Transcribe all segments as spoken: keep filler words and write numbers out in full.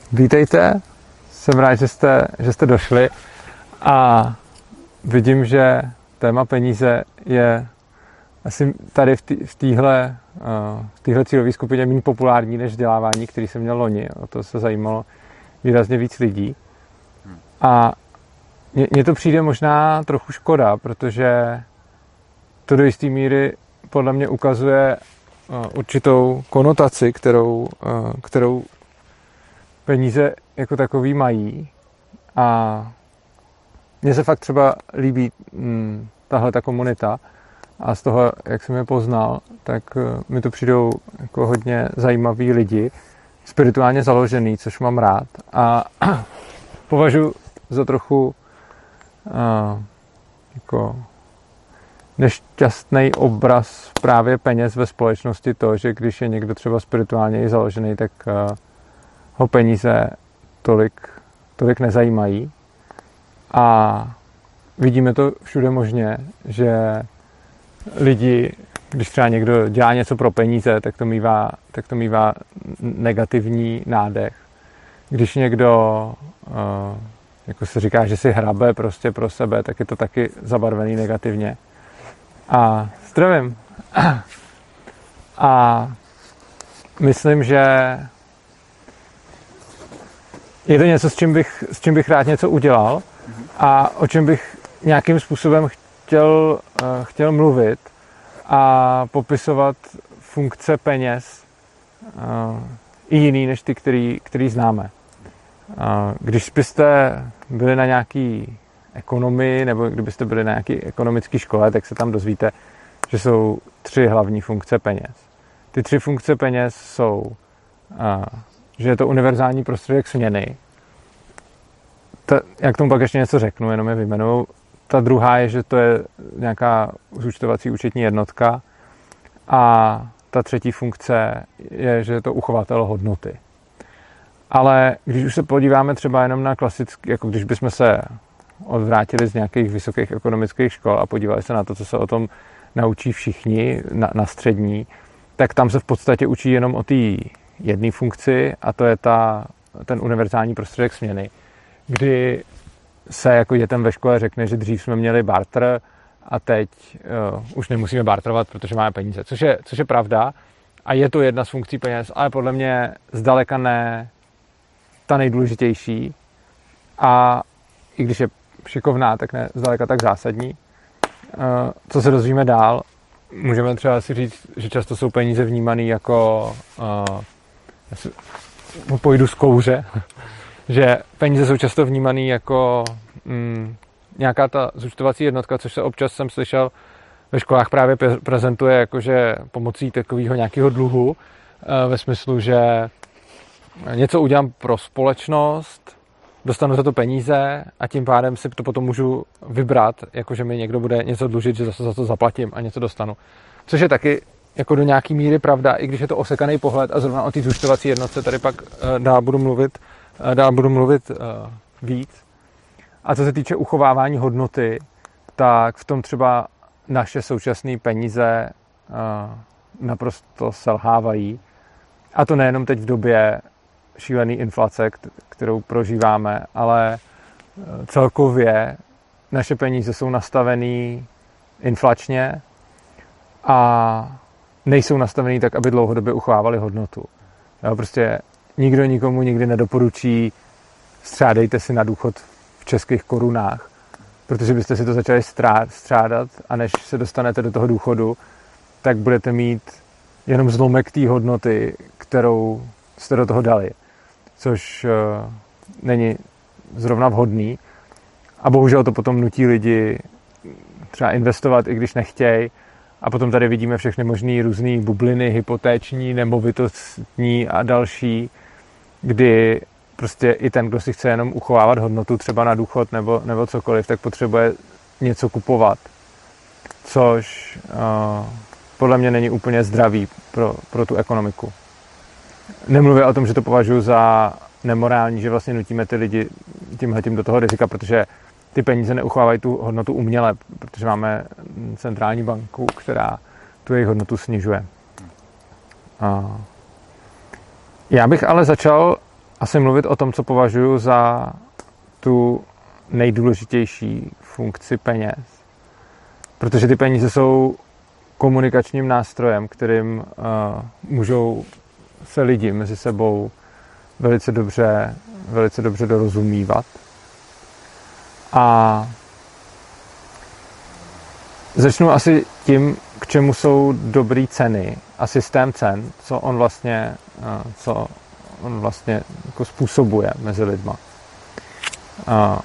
Vítejte, jsem rád, že jste, že jste došli a vidím, že téma peníze je asi tady v téhle v téhle cílové skupině méně populární než vzdělávání, který jsem měl loni. O to se zajímalo výrazně víc lidí. A mně to přijde možná trochu škoda, protože to do jisté míry podle mě ukazuje určitou konotaci, kterou, kterou peníze jako takový mají. A mně se fakt třeba líbí hm, tahle ta komunita a z toho, jak jsem je poznal, tak mi to přijdou jako hodně zajímaví lidi, spirituálně založený, což mám rád. A považuji za trochu uh, jako nešťastný obraz právě peněz ve společnosti to, že když je někdo třeba spirituálně založený, tak uh, ho peníze tolik, tolik nezajímají. A vidíme to všude možně, že lidi, když třeba někdo dělá něco pro peníze, tak to mívá, tak to mívá negativní nádech. Když někdo uh, jako se říká, že si hrabe prostě pro sebe, tak je to taky zabarvený negativně. A zdravím. A myslím, že je to něco, s čím bych, s čím bych rád něco udělal a o čem bych nějakým způsobem chtěl, uh, chtěl mluvit a popisovat funkce peněz uh, i jiný než ty, který, který známe. Uh, když byste byli na nějaký ekonomii nebo kdybyste byli na nějaké ekonomické škole, tak se tam dozvíte, že jsou tři hlavní funkce peněz. Ty tři funkce peněz jsou, uh, že je to univerzální prostředek směny. Ta, jak tomu pak ještě něco řeknu, jenom je vyjmenuju. Ta druhá je, že to je nějaká zúčtovací účetní jednotka. A ta třetí funkce je, že je to uchovatel hodnoty. Ale když už se podíváme třeba jenom na klasický, jako když bychom se odvrátili z nějakých vysokých ekonomických škol a podívali se na to, co se o tom naučí všichni na, na střední, tak tam se v podstatě učí jenom o té jedné funkci a to je ta, ten univerzální prostředek směny, kdy se jako dětem ve škole řekne, že dřív jsme měli barter a teď uh, už nemusíme barterovat, protože máme peníze, což je, což je pravda a je to jedna z funkcí peněz, ale podle mě zdaleka ne ta nejdůležitější a i když je šikovná, tak ne zdaleka tak zásadní. Uh, co se dozvíme dál, můžeme třeba si říct, že často jsou peníze vnímané jako uh, já si pojdu z kouře, že peníze jsou často vnímané jako mm, nějaká ta zúčtovací jednotka, což se občas jsem slyšel ve školách právě prezentuje jakože pomocí takového nějakého dluhu e, ve smyslu, že něco udělám pro společnost, dostanu za to peníze a tím pádem si to potom můžu vybrat, jakože mi někdo bude něco dlužit, že zase za to zaplatím a něco dostanu. Což je taky jako do nějaký míry pravda, i když je to osekaný pohled a zrovna o té zúčtovací jednotce tady pak e, dál budu mluvit dál budu mluvit uh, víc. A co se týče uchovávání hodnoty, tak v tom třeba naše současné peníze uh, naprosto selhávají. A to nejenom teď v době šílené inflace, kterou prožíváme, ale uh, celkově naše peníze jsou nastavený inflačně a nejsou nastavený tak, aby dlouhodobě uchovávali hodnotu. Jo, prostě nikdo nikomu nikdy nedoporučí střádejte si na důchod v českých korunách, protože byste si to začali střádat a než se dostanete do toho důchodu, tak budete mít jenom zlomek té hodnoty, kterou jste do toho dali, což uh, není zrovna vhodný a bohužel to potom nutí lidi třeba investovat, i když nechtějí. A potom tady vidíme všechny možný různý bubliny, hypotéční, nemovitostní a další, kdy prostě i ten, kdo si chce jenom uchovávat hodnotu třeba na důchod nebo, nebo cokoliv, tak potřebuje něco kupovat, což uh, podle mě není úplně zdravý pro, pro tu ekonomiku. Nemluvím o tom, že to považuji za nemorální, že vlastně nutíme ty lidi tímhletím do toho rizika, protože ty peníze neuchovávají tu hodnotu uměle, protože máme centrální banku, která tu jejich hodnotu snižuje. Já bych ale začal asi mluvit o tom, co považuji za tu nejdůležitější funkci peněz. Protože ty peníze jsou komunikačním nástrojem, kterým uh, můžou se lidi mezi sebou velice dobře, velice dobře dorozumívat. A začnu asi tím, k čemu jsou dobrý ceny a systém cen, co on vlastně, uh, co on vlastně jako způsobuje mezi lidma. Uh,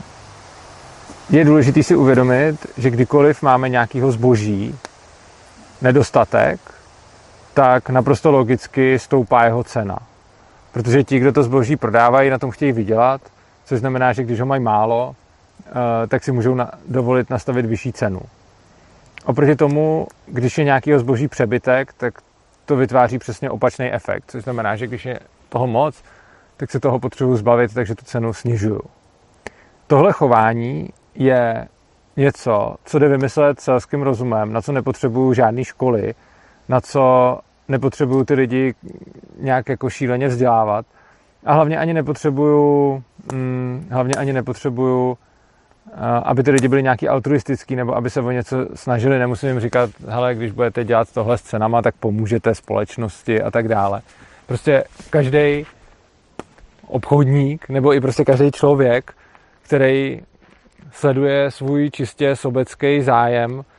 je důležité si uvědomit, že kdykoliv máme nějakého zboží nedostatek, tak naprosto logicky stoupá jeho cena. Protože ti, kdo to zboží prodávají, na tom chtějí vydělat, což znamená, že když ho mají málo, tak si můžou dovolit nastavit vyšší cenu. Oproti tomu, když je nějakého zboží přebytek, tak to vytváří přesně opačný efekt, což znamená, že když je toho moc, tak se toho potřebuji zbavit, takže tu cenu snižuju. Tohle chování je něco, co jde vymyslet selským rozumem, na co nepotřebuju žádný školy, na co nepotřebuju ty lidi nějak jako šíleně vzdělávat a hlavně ani nepotřebuju, hm, hlavně ani nepotřebuju, aby ty lidi byli nějaký altruistický nebo aby se o něco snažili. Nemusím jim říkat, hele, když budete dělat tohle s cenama, tak pomůžete společnosti a tak dále. Prostě každý obchodník nebo i prostě každý člověk, který sleduje svůj čistě sobecký zájem uh,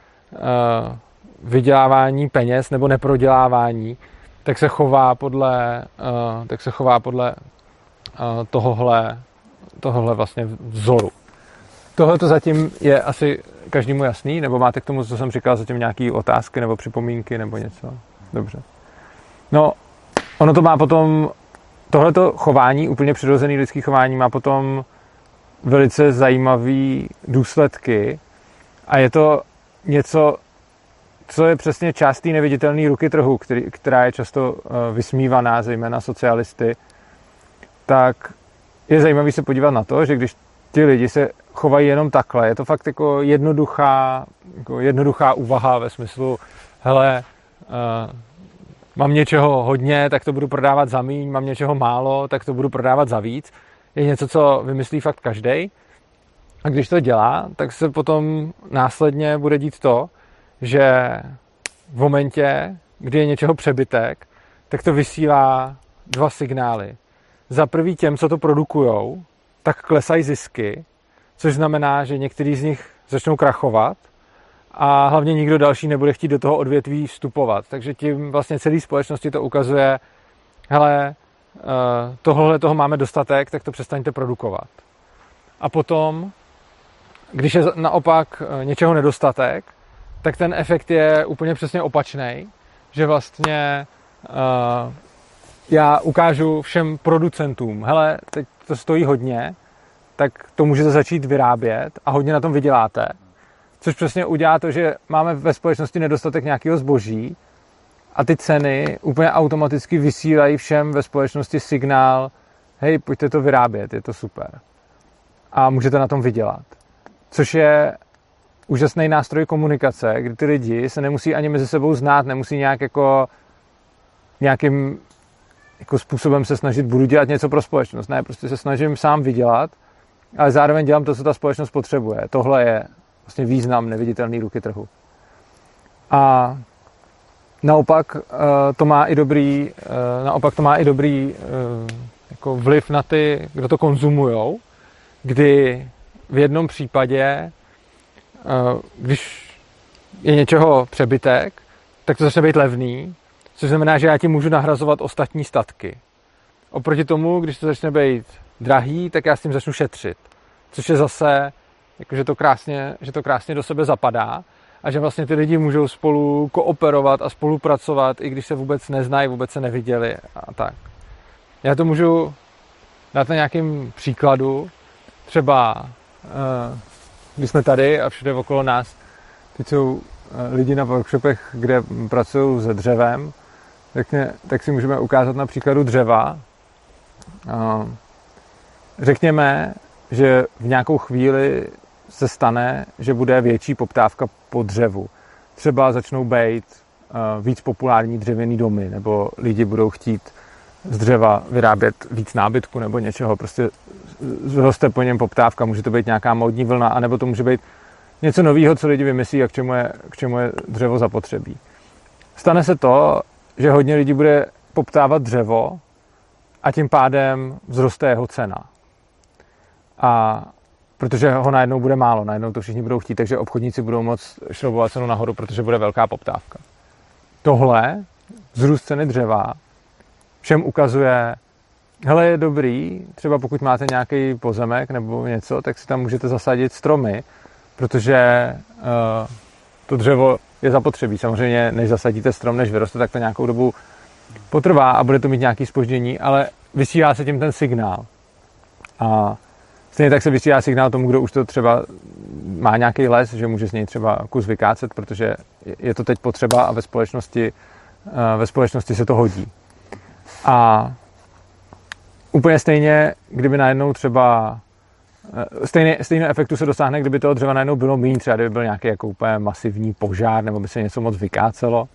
vydělávání peněz nebo neprodělávání, tak se chová podle, uh, tak se chová podle uh, tohohle, tohohle vlastně vzoru. Tohle to zatím je asi každému jasný, nebo máte k tomu, co jsem říkal, zatím nějaké otázky nebo připomínky nebo něco? Dobře. No, ono to má potom, tohleto chování, úplně přirozený lidský chování má potom velice zajímavý důsledky a je to něco, co je přesně část té neviditelné ruky trhu, který, která je často vysmívaná, zejména socialisty, tak je zajímavý se podívat na to, že když ti lidi se chovají jenom takhle, je to fakt jako jednoduchá, jako jednoduchá úvaha ve smyslu, hele, uh, mám něčeho hodně, tak to budu prodávat za míň, mám něčeho málo, tak to budu prodávat za víc. Je něco, co vymyslí fakt každej. A když to dělá, tak se potom následně bude dít to, že v momentě, kdy je něčeho přebytek, tak to vysílá dva signály. Za prvý těm, co to produkujou, tak klesají zisky, což znamená, že některý z nich začnou krachovat a hlavně nikdo další nebude chtít do toho odvětví vstupovat. Takže tím vlastně celé společnosti to ukazuje, hele, tohle toho máme dostatek, tak to přestaňte produkovat. A potom, když je naopak něčeho nedostatek, tak ten efekt je úplně přesně opačný, že vlastně uh, já ukážu všem producentům, hele, teď to stojí hodně, tak to můžete začít vyrábět a hodně na tom vyděláte. Což přesně udělá to, že máme ve společnosti nedostatek nějakého zboží a ty ceny úplně automaticky vysílají všem ve společnosti signál, hej, pojďte to vyrábět, je to super. A můžete na tom vydělat. Což je úžasný nástroj komunikace, kdy ty lidi se nemusí ani mezi sebou znát, nemusí nějak jako nějakým jako způsobem se snažit, budu dělat něco pro společnost. Ne, prostě se snažím sám vydělat, ale zároveň dělám to, co ta společnost potřebuje. Tohle je vlastně význam neviditelné ruky trhu. A naopak to má i dobrý, naopak to má i dobrý jako vliv na ty, kdo to konzumujou, kdy v jednom případě, když je něčeho přebytek, tak to začne být levný, což znamená, že já tím můžu nahrazovat ostatní statky. Oproti tomu, když to začne být drahý, tak já s tím začnu šetřit. Což je zase, jako, že, to krásně, že to krásně do sebe zapadá a že vlastně ty lidi můžou spolu kooperovat a spolupracovat, i když se vůbec neznají, vůbec se neviděli a tak. Já to můžu dát na nějakým příkladu. Třeba, když jsme tady a všude okolo nás, teď jsou lidi na workshopech, kde pracují se dřevem, tak, ne, tak si můžeme ukázat na příkladu dřeva. Řekněme, že v nějakou chvíli se stane, že bude větší poptávka po dřevu. Třeba začnou být víc populární dřevěný domy, nebo lidi budou chtít z dřeva vyrábět víc nábytku nebo něčeho, prostě zroste po něm poptávka, může to být nějaká módní vlna, anebo to může být něco nového, co lidi vymyslí a k čemu je, k čemu je dřevo zapotřebí. Stane se to, že hodně lidí bude poptávat dřevo a tím pádem vzroste jeho cena. A protože ho najednou bude málo, najednou to všichni budou chtít, takže obchodníci budou moct šroubovat cenu nahoru, protože bude velká poptávka. Tohle, vzrůst ceny dřeva, všem ukazuje, hele, je dobrý, třeba pokud máte nějaký pozemek nebo něco, tak si tam můžete zasadit stromy, protože uh, to dřevo je zapotřebí. Samozřejmě, než zasadíte strom, než vyroste, tak to nějakou dobu potrvá a bude to mít nějaké zpoždění, ale vysílá se tím ten signál. A stejně tak se vysílá signál tomu, kdo už to třeba má nějaký les, že může z něj třeba kus vykácet, protože je to teď potřeba a ve společnosti, ve společnosti se to hodí. A úplně stejně, kdyby najednou třeba stejný, stejný efektu se dosáhne, kdyby toho dřeva najednou bylo méně, třeba kdyby byl nějaký jako úplně masivní požár, nebo by se něco moc vykácelo.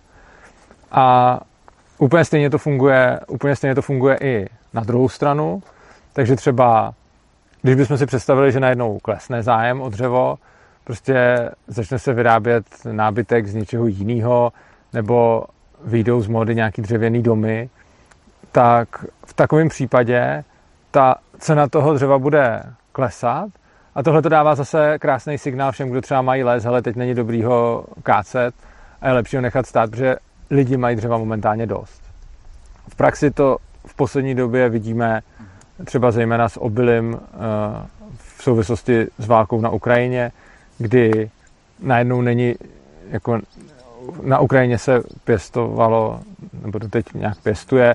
A úplně stejně to funguje, úplně stejně to funguje i na druhou stranu. Takže třeba, když bychom si představili, že najednou klesne zájem o dřevo, prostě začne se vyrábět nábytek z něčeho jiného, nebo vyjdou z módy nějaký dřevěný domy, tak v takovém případě ta cena toho dřeva bude klesat a tohle to dává zase krásný signál všem, kdo třeba mají les, hele, teď není dobrý ho kácet a je lepší ho nechat stát, protože lidi mají dřeva momentálně dost. V praxi to v poslední době vidíme třeba zejména s obilím v souvislosti s válkou na Ukrajině, kdy najednou není, jako na Ukrajině se pěstovalo, nebo to teď nějak pěstuje,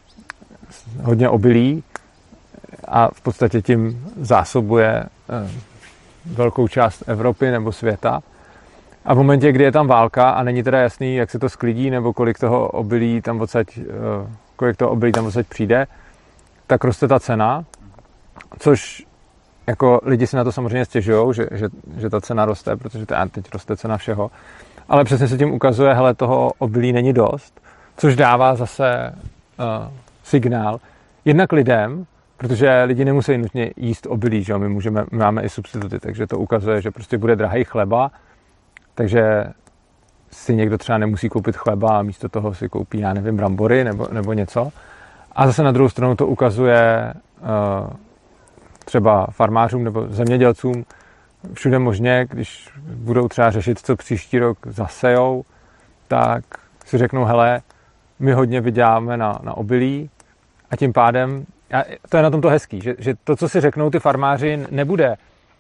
hodně obilí a v podstatě tím zásobuje velkou část Evropy nebo světa. A v momentě, kdy je tam válka a není teda jasný, jak se to sklidí, nebo kolik toho obilí tam odsaď, kolik toho obilí tam odsaď přijde, tak roste ta cena, což jako lidi si na to samozřejmě stěžujou, že, že, že ta cena roste, protože teď roste cena všeho. Ale přesně se tím ukazuje, hele, toho obilí není dost, což dává zase uh, signál jednak lidem, protože lidi nemusí nutně jíst obilí, že my, můžeme, my máme i substituty, takže to ukazuje, že prostě bude drahý chleba, takže si někdo třeba nemusí koupit chleba a místo toho si koupí, já nevím, brambory nebo, nebo něco. A zase na druhou stranu to ukazuje uh, třeba farmářům nebo zemědělcům všude možně, když budou třeba řešit, co příští rok zasejou, tak si řeknou, hele, my hodně vyděláme na, na obilí a tím pádem, a to je na tom to hezký, že, že to, co si řeknou ty farmáři, nebude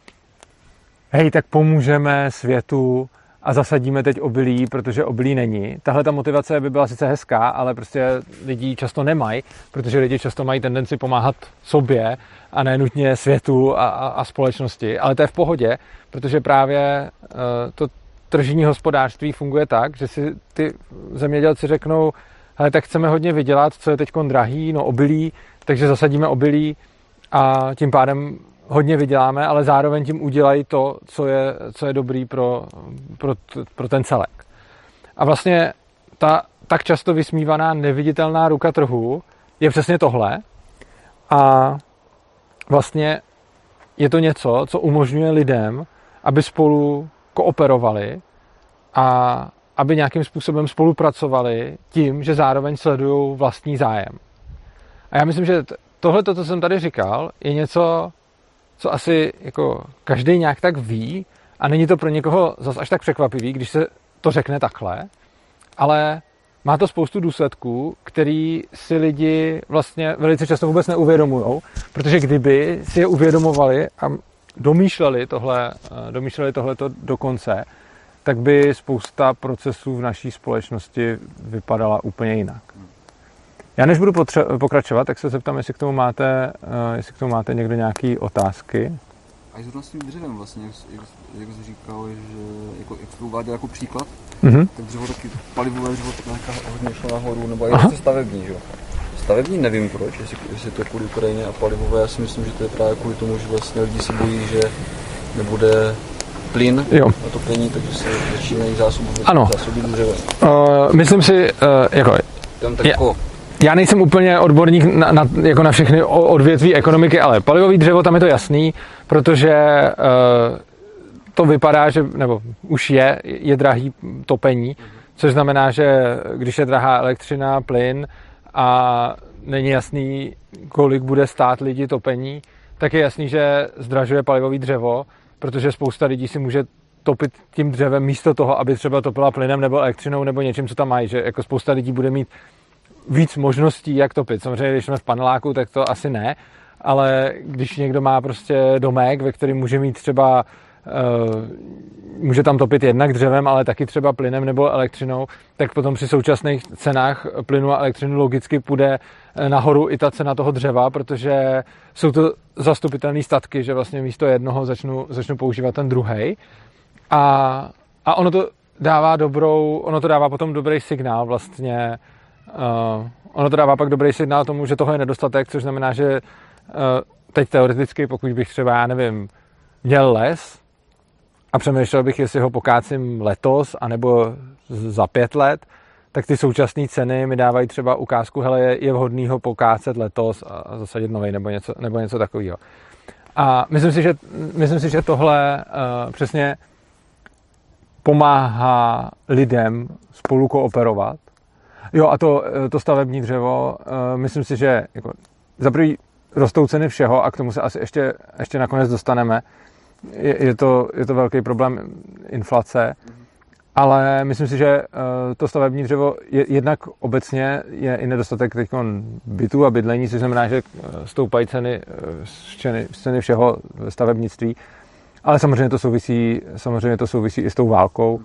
hej, tak pomůžeme světu a zasadíme teď obilí, protože obilí není. Tahle ta motivace by byla sice hezká, ale prostě lidi často nemají, protože lidi často mají tendenci pomáhat sobě a ne nutně světu a, a, a společnosti. Ale to je v pohodě, protože právě uh, to tržní hospodářství funguje tak, že si ty zemědělci řeknou, hele, tak chceme hodně vydělat, co je teďkon drahý, no obilí, takže zasadíme obilí a tím pádem hodně vyděláme, ale zároveň tím udělají to, co je, co je dobrý pro, pro, pro ten celek. A vlastně ta tak často vysmívaná neviditelná ruka trhu je přesně tohle. A vlastně je to něco, co umožňuje lidem, aby spolu kooperovali a aby nějakým způsobem spolupracovali tím, že zároveň sledují vlastní zájem. A já myslím, že tohle, co jsem tady říkal, je něco, co asi jako každý nějak tak ví a není to pro někoho zas až tak překvapivý, když se to řekne takhle, ale má to spoustu důsledků, který si lidi vlastně velice často vůbec neuvědomujou, protože kdyby si je uvědomovali a domýšleli tohle, domýšleli tohleto do konce, tak by spousta procesů v naší společnosti vypadala úplně jinak. Já než budu potře- pokračovat, tak se zeptám, jestli k tomu máte, uh, jestli k tomu máte někdo nějaké otázky. A i s vlastním dřevem vlastně, jak, jak, jak jsi říkal, že jako, jak jsi to uváděl jako příklad, mm-hmm. tak dřevo taky, palivové dřevo nějaká hodně šlo nahoru, nebo i vlastně stavební, že? Stavební nevím proč, jestli, jestli to je kvůli Ukrajině a palivové, já si myslím, že to je právě kvůli tomu, že vlastně lidi se bojí, že nebude plyn jo. na topení, takže se začínají zásobovat ano. zásobit dřevem. Uh, myslím si, uh, jako... Tam tak jako... já nejsem úplně odborník na, na, jako na všechny odvětví ekonomiky, ale palivový dřevo, tam je to jasný, protože uh, to vypadá, že, nebo už je, je drahý topení, což znamená, že když je drahá elektřina, plyn a není jasný, kolik bude stát lidi topení, tak je jasný, že zdražuje palivový dřevo, protože spousta lidí si může topit tím dřevem místo toho, aby třeba topila plynem nebo elektřinou nebo něčím, co tam mají, že jako spousta lidí bude mít víc možností, jak topit. Samozřejmě, když jsme v paneláku, tak to asi ne, ale když někdo má prostě domek, ve kterém může mít třeba Uh, může tam topit jednak dřevem, ale taky třeba plynem nebo elektřinou, tak potom při současných cenách plynu a elektřiny logicky půjde nahoru i ta cena toho dřeva, protože jsou to zastupitelné statky, že vlastně místo jednoho začnu, začnu používat ten druhej. A, a ono to dává dobrou, ono to dává potom dobrý signál vlastně, uh, ono to dává pak dobrý signál tomu, že toho je nedostatek, což znamená, že uh, teď teoreticky, pokud bych třeba, já nevím, měl les, a přemýšlel bych, jestli ho pokácím letos, anebo za pět let, tak ty současné ceny mi dávají třeba ukázku, hele, je, je vhodný ho pokácet letos a zasadit novej, nebo něco, nebo něco takového. A myslím si, že, myslím si, že tohle uh, přesně pomáhá lidem spolu kooperovat. Jo, a to, to stavební dřevo, uh, myslím si, že jako, za prvý rostou ceny všeho a k tomu se asi ještě, ještě nakonec dostaneme. Je, je, to, je to velký problém inflace, ale myslím si, že to stavební dřevo je, jednak obecně je i nedostatek teď bytů a bydlení, což znamená, že stoupají ceny, ceny, ceny všeho v stavebnictví, ale samozřejmě to souvisí, samozřejmě to souvisí i s tou válkou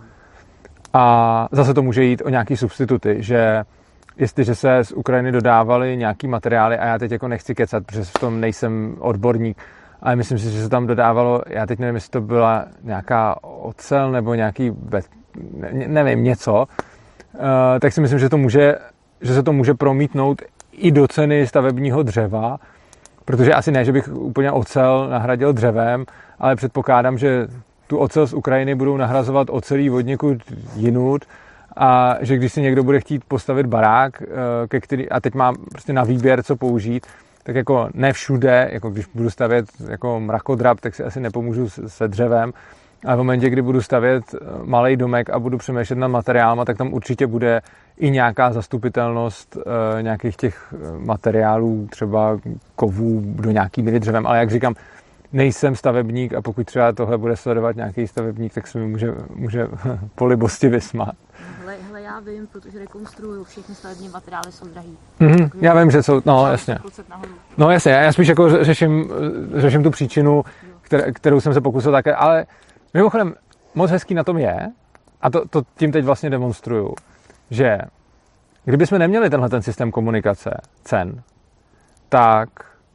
a zase to může jít o nějaký substituty, že jestliže se z Ukrajiny dodávaly nějaký materiály a já teď jako nechci kecat, protože v tom nejsem odborník, ale myslím si, že se tam dodávalo, já teď nevím, jestli to byla nějaká ocel nebo nějaký, nevím, něco, tak si myslím, že, to může, že se to může promítnout i do ceny stavebního dřeva, protože asi ne, že bych úplně ocel nahradil dřevem, ale předpokládám, že tu ocel z Ukrajiny budou nahrazovat ocelí od někud jinut a že když si někdo bude chtít postavit barák, ke který, a teď má prostě na výběr, co použít, tak jako ne všude, jako když budu stavět jako mrakodrap, tak si asi nepomůžu se dřevem, ale v momentě, kdy budu stavět malý domek a budu přemýšlet nad materiálama, tak tam určitě bude i nějaká zastupitelnost e, nějakých těch materiálů, třeba kovů do nějaký míry dřevem, ale jak říkám, nejsem stavebník a pokud třeba tohle bude sledovat nějaký stavebník, tak se mi může, může po libosti vysmát. Hele, hele, já vím, protože rekonstruuju, všechny stavební materiály jsou drahý. Mm-hmm, já vím, že jsou, no jasně. No jasně, já spíš jako řeším, řeším tu příčinu, kter, kterou jsem se pokusil také, ale mimochodem moc hezký na tom je, a to, to tím teď vlastně demonstruju, že kdybychom neměli tenhle ten systém komunikace cen, tak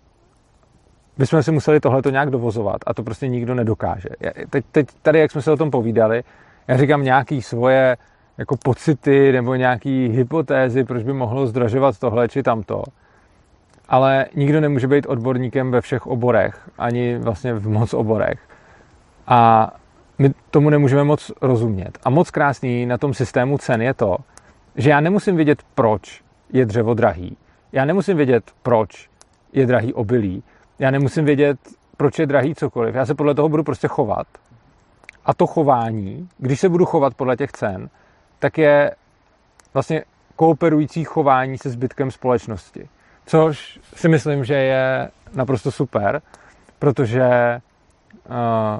bychom si museli tohleto nějak dovozovat a to prostě nikdo nedokáže. Teď, teď tady, jak jsme se o tom povídali, já říkám nějaký svoje jako pocity nebo nějaký hypotézy, proč by mohlo zdražovat tohle či tamto. Ale nikdo nemůže být odborníkem ve všech oborech, ani vlastně v moc oborech. A my tomu nemůžeme moc rozumět. A moc krásný na tom systému cen je to, že já nemusím vědět, proč je dřevo drahý. Já nemusím vědět, proč je drahý obilí. Já nemusím vědět, proč je drahý cokoliv. Já se podle toho budu prostě chovat. A to chování, když se budu chovat podle těch cen, tak je vlastně kooperující chování se zbytkem společnosti. Což si myslím, že je naprosto super, protože uh,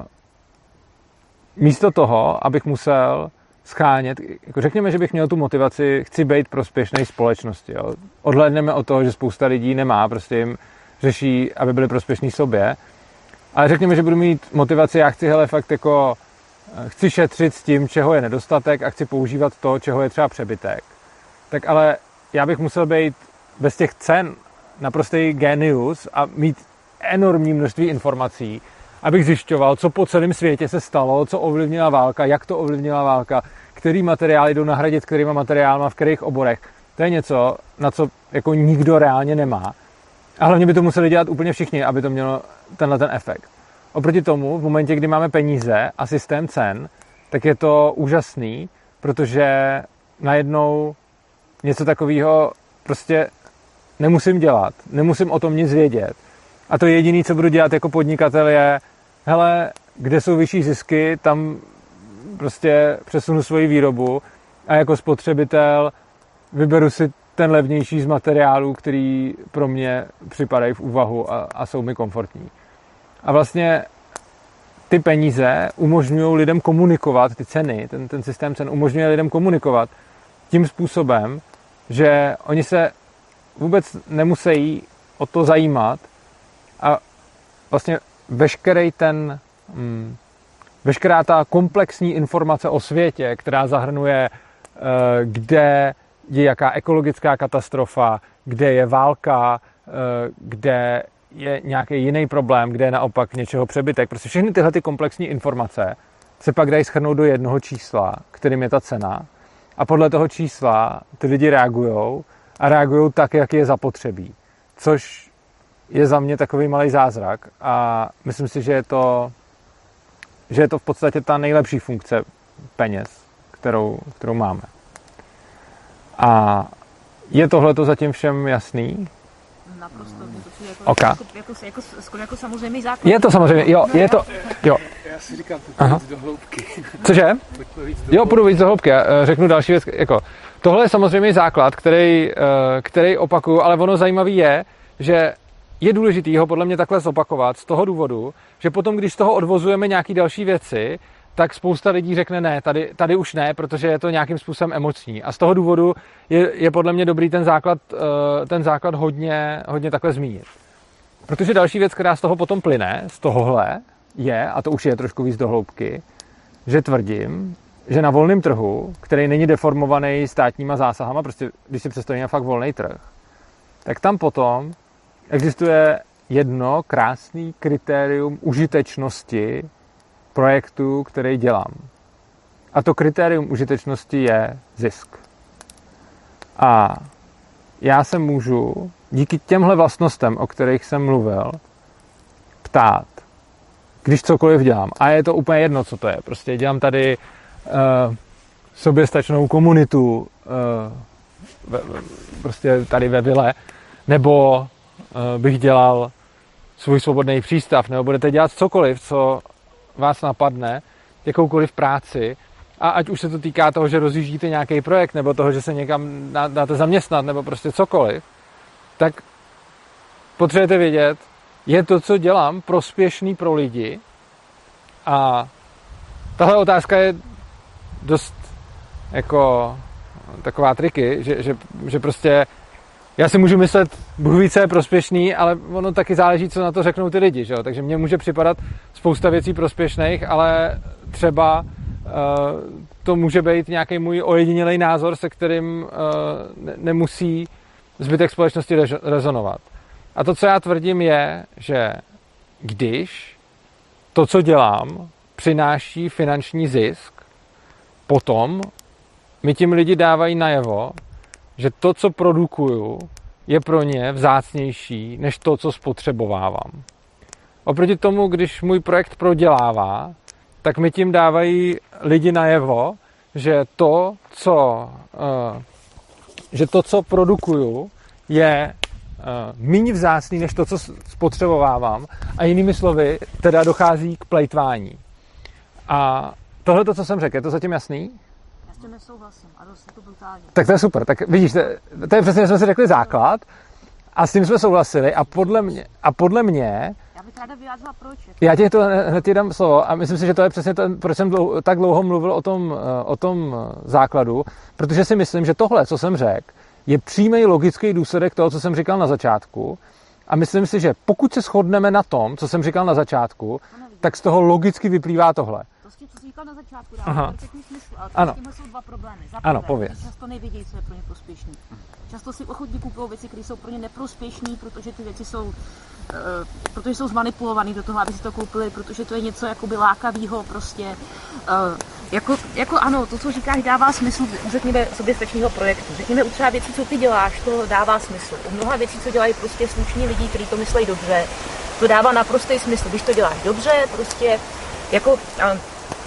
místo toho, abych musel schánět, jako řekněme, že bych měl tu motivaci, chci být prospěšnej společnosti. Jo. Odhlédneme od toho, že spousta lidí nemá, prostě jim řeší, aby byli prospěšní sobě. Ale řekněme, že budu mít motivaci, já chci, hele, fakt jako chci šetřit s tím, čeho je nedostatek a chci používat to, čeho je třeba přebytek. Tak ale já bych musel být bez těch cen naprostý genius a mít enormní množství informací, abych zjišťoval, co po celém světě se stalo, co ovlivnila válka, jak to ovlivnila válka, který materiály jdou nahradit kterýma materiálama, v kterých oborech. To je něco, na co jako nikdo reálně nemá. A hlavně by to museli dělat úplně všichni, aby to mělo tenhle ten efekt. Oproti tomu, v momentě, kdy máme peníze a systém cen, tak je to úžasný, protože najednou něco takového prostě nemusím dělat, nemusím o tom nic vědět. A to jediné, co budu dělat jako podnikatel je, hele, kde jsou vyšší zisky, tam prostě přesunu svoji výrobu a jako spotřebitel vyberu si ten levnější z materiálů, který pro mě připadají v úvahu a, a jsou mi komfortní. A vlastně ty peníze umožňují lidem komunikovat, ty ceny, ten, ten systém cen umožňuje lidem komunikovat tím způsobem, že oni se vůbec nemusí o to zajímat a vlastně veškerý ten, hm, veškerá ta komplexní informace o světě, která zahrnuje, kde je jaká ekologická katastrofa, kde je válka, kde je nějaký jiný problém, kde je naopak něčeho přebytek. Prostě všechny tyhle ty komplexní informace se pak dají shrnout do jednoho čísla, kterým je ta cena. A podle toho čísla ty lidi reagujou a reagují tak, jak je zapotřebí. Což je za mě takový malý zázrak a myslím si, že je to, že je to v podstatě ta nejlepší funkce peněz, kterou, kterou máme. A je tohleto zatím všem jasný? Naprosto. To jako, okay. jako, jako, jako, jako, jako samozřejmý základ. Je to samozřejmě, jo, je to, jo. Já si říkám, pojďme víc do hloubky. Cože? Pojďme víc do jo, půjdu víc do hloubky. Já řeknu další věc, jako, tohle je samozřejmě základ, který, který opakuju, ale ono zajímavý je, že je důležitý ho podle mě takhle zopakovat z toho důvodu, že potom, když z toho odvozujeme nějaké další věci, tak spousta lidí řekne ne, tady, tady už ne, protože je to nějakým způsobem emocní. A z toho důvodu je, je podle mě dobrý ten základ, ten základ hodně, hodně takhle zmínit. Protože další věc, která z toho potom plyne, z tohohle, je, a to už je trošku víc do hloubky, že tvrdím, že na volném trhu, který není deformovaný státníma zásahama, prostě když si představíme fakt volný trh, tak tam potom existuje jedno krásný kritérium užitečnosti projektu, který dělám. A to kritérium užitečnosti je zisk. A já se můžu díky těmhle vlastnostem, o kterých jsem mluvil, ptát, když cokoliv dělám. A je to úplně jedno, co to je. Prostě dělám tady uh, soběstačnou komunitu uh, ve, prostě tady ve vile, nebo uh, bych dělal svůj svobodný přístav, nebo budete dělat cokoliv, co vás napadne, jakoukoliv práci, a ať už se to týká toho, že rozjíždíte nějaký projekt, nebo toho, že se někam dáte zaměstnat, nebo prostě cokoliv, tak potřebujete vědět, je to, co dělám, prospěšný pro lidi. A tahle otázka je dost jako taková triky, že, že, že prostě já si můžu myslet, Bůh ví, co je prospěšný, ale ono taky záleží, co na to řeknou ty lidi, že jo? Takže mně může připadat spousta věcí prospěšných, ale třeba uh, to může být nějaký můj ojedinělej názor, se kterým uh, ne- nemusí zbytek společnosti rež- rezonovat. A to, co já tvrdím, je, že když to, co dělám, přináší finanční zisk, potom mi tím lidi dávají najevo, že to, co produkuju, je pro ně vzácnější než to, co spotřebovávám. Oproti tomu, když můj projekt prodělává, tak mi tím dávají lidi najevo, že to, co, uh, že to, co produkuju, je uh, méně vzácný než to, co spotřebovávám. A jinými slovy, teda dochází k plejtvání. A tohle, to, co jsem řekl, je to zatím jasný? Nesouhlasím, a dost je to brutální. Tak to je super. Tak vidíš, to, to je přesně, že jsme si řekli základ a s tím jsme souhlasili a podle mě, a podle mě já bych ráda vyjádřila proč. Já ti to hned ti dám slovo a myslím si, že to je přesně to, proč jsem dlouho, tak dlouho mluvil o tom, o tom základu, protože si myslím, že tohle, co jsem řekl, je přímý logický důsledek toho, co jsem říkal na začátku, a myslím si, že pokud se shodneme na tom, co jsem říkal na začátku, tak z toho logicky vyplývá tohle. To, co jsi říkal na začátku, dává perfektní smysl, ale ano. s tímhle jsou dva problémy. Za ano, prvé, pověz. často nevědí, co je pro ně prospěšný. Často si ochotně kupují věci, které jsou pro ně neprospěšné, protože ty věci jsou, uh, protože jsou zmanipulované do toho, aby si to koupili, protože to je něco jakoby lákavého, prostě. Uh, jako, jako ano, to, co říkáš, dává smysl, řekněme, soběstačného projektu. Řekněme, u třeba věcí, co ty děláš, to dává smysl. U mnoha věcí, co dělají prostě slušní lidi, kteří to myslejí dobře, to dává naprostý smysl. Když to děláš dobře, prostě jako... Uh,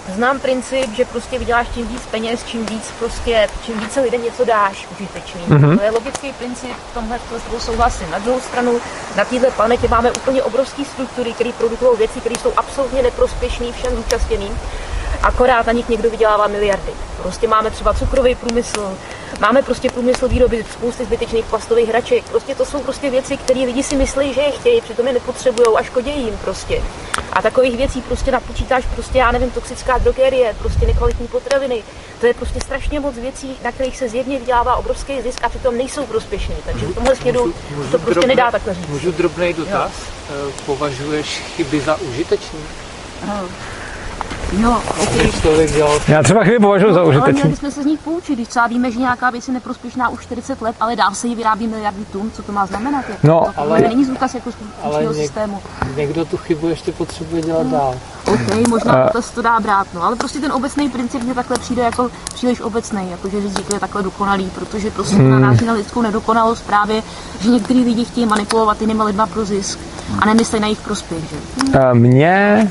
znám princip, že prostě vyděláš čím víc peněz, čím víc prostě, čím více lidem něco dáš užitečný. Mm-hmm. To je logický princip, v tomhle s tebou souhlasím. Na druhou stranu, na této planetě máme úplně obrovské struktury, které produkují věci, které jsou absolutně neprospěšné všem zúčastněným. Akorát na nich někdo vydělává miliardy. Prostě máme třeba cukrový průmysl, máme prostě průmysl výroby spousty zbytečných plastových hraček. Prostě to jsou prostě věci, které lidi si myslí, že je chtějí, přitom je nepotřebujou a škodí jim prostě. A takových věcí prostě napočítáš prostě, já nevím, toxická drogerie, prostě nekvalitní potraviny. To je prostě strašně moc věcí, na kterých se zjevně vydělává obrovský zisk a přitom nejsou prospěšné. Takže v tomhle směru to prostě drobný, nedá takhle říct. Můžu drobnej dotaz? Jo. Považuješ chyby za užitečný? Aha. No, okay. Já třeba chvíli považuji no, za ale užitečný. měli jsme se z nich poučit, když třeba víme, že nějaká věc je neprospěšná už čtyřicet let, ale dál se jí vyrábí miliardy tun, co to má znamenat? Jako No, to, ale není důkaz jako funkčního systému. Někdo tu chybu ještě potřebuje dělat no. dál. OK, možná to to dá brát, no, ale prostě ten obecný princip mě takhle přijde jako příliš obecný, jako že říct, že to je takhle dokonalý, protože prostě hmm. naráží na lidskou nedokonalost právě, že některý lidi chtějí manipulovat jinýma lidma pro zisk a nemyslí na jejich prospěch, že? Hmm. Mně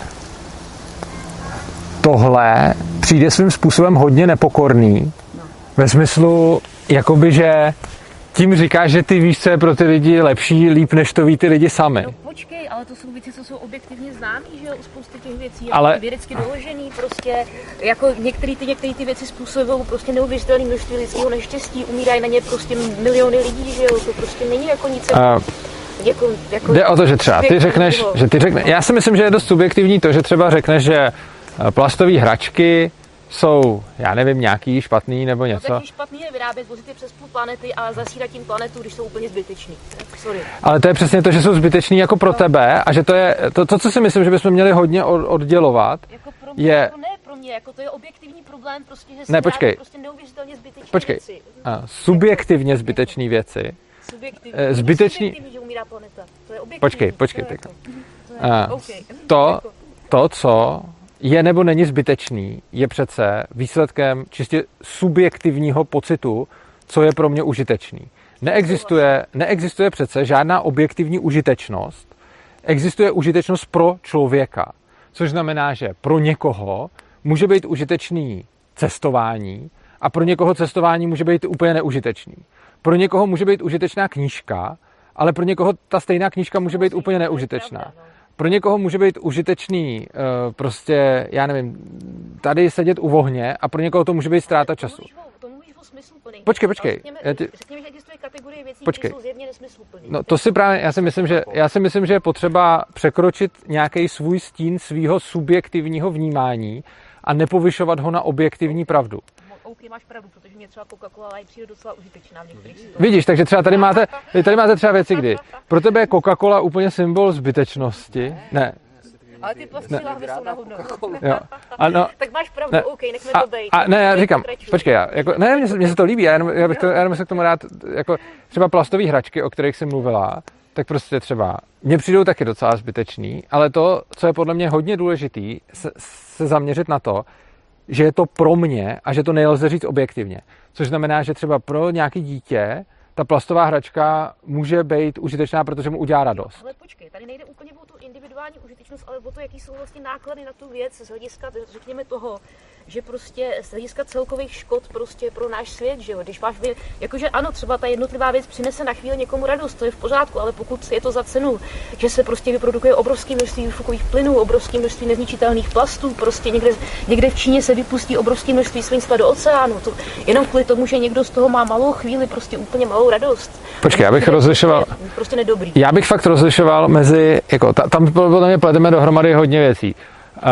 tohle přijde svým způsobem hodně nepokorný. No. Ve smyslu, jakoby, že tím říkáš, že ty víš, co je pro ty lidi lepší, líp, než to ví ty lidi sami. No počkej, ale to jsou věci, co jsou objektivně známý, že jo, spousty těch věcí, ale jako vědecky doložený, prostě, jako některé ty, některé ty věci způsobují prostě neuvěřitelné množství lidského neštěstí, umírají na ně prostě miliony lidí, že jo, to prostě není jako nic. Uh, jako, jako jde o to, že třeba ty řekneš, že ty řekne, já si myslím, že je dost subjektivní to, že třeba řekneš, že plastové hračky jsou, já nevím, nějaký špatný nebo něco. No, tak špatný je vyrábět vozity přes půl planety a zasírat tím planetu, když jsou úplně zbytečný. Sorry. Ale to je přesně to, že jsou zbytečný jako pro no. tebe a že to je, to, to, co si myslím, že bychom měli hodně oddělovat, jako pro mě, je... Jako ne pro mě, jako to je objektivní problém, prostě, že se ne, počkej. prostě neuvěřitelně zbytečné počkej. věci. A, subjektivně zbytečné věci. Subjektivní. Zbytečný... Subjektivní, že umírá planeta. To je objektivní. Počkej, počkej. To, jako, to, a, okay. to, to, co je nebo není zbytečný, je přece výsledkem čistě subjektivního pocitu, co je pro mě užitečný. Neexistuje, neexistuje přece žádná objektivní užitečnost. Existuje užitečnost pro člověka, což znamená, že pro někoho může být užitečný cestování a pro někoho cestování může být úplně neužitečný. Pro někoho může být užitečná knížka, ale pro někoho ta stejná knížka může být úplně neužitečná. Pro někoho může být užitečný uh, prostě, já nevím, tady sedět u ohně a pro někoho to může být ztráta času. To mluvíš o smysluplných. Počkej, počkej. Řekněme, Ty... řekněme, že existuje kategorie věcí, počkej. které jsou zjevně nesmysluplné. No to si právě, já si myslím, že, já si myslím, že je potřeba překročit nějaký svůj stín svýho subjektivního vnímání a nepovyšovat ho na objektivní pravdu. OK, máš pravdu, protože mě třeba Coca-Cola Light přijde docela užitečná v některých situacích. Vidíš, takže třeba tady máte, tady máte třeba věci, kdy pro tebe je Coca-Cola úplně symbol zbytečnosti. Ne. Ale ty plasty lahve jsou na hodnotu. Jo. Ano. Tak máš pravdu, ne. OK, nechme a, to bejt. A ne, já říkám, počkej, já, jako, ne, mně se, mně se to líbí, já jenom, já bych to, já jenom se k tomu rád, jako třeba plastové hračky, o kterých jsem mluvila, tak prostě třeba, mně přijdou taky docela zbytečný, ale to, co je podle mě hodně důležitý, se, se zaměřit na to, že je to pro mě a že to nelze říct objektivně. Což znamená, že třeba pro nějaké dítě ta plastová hračka může být užitečná, protože mu udělá radost. Ale počkej, tady nejde úplně o tu individuální užitečnost, ale o to, jaký jsou vlastně náklady na tu věc z hlediska, řekněme toho, že prostě z hlediska celkových škod prostě pro náš svět, že jo, když máš, jakože ano, třeba ta jednotlivá věc přinese na chvíli někomu radost, to je v pořádku, ale pokud je to za cenu, že se prostě vyprodukuje obrovské množství výfukových plynů, obrovské množství nezničitelných plastů, prostě někde, někde v Číně se vypustí obrovské množství svinstva do oceánu, to jenom kvůli tomu, že někdo z toho má malou chvíli, prostě úplně malou radost. Počkej, já bych rozlišoval. Prostě, prostě nedobrý. Já bych fakt rozlišoval mezi, jako ta, tam podle mě pleteme dohromady hodně věcí. Uh,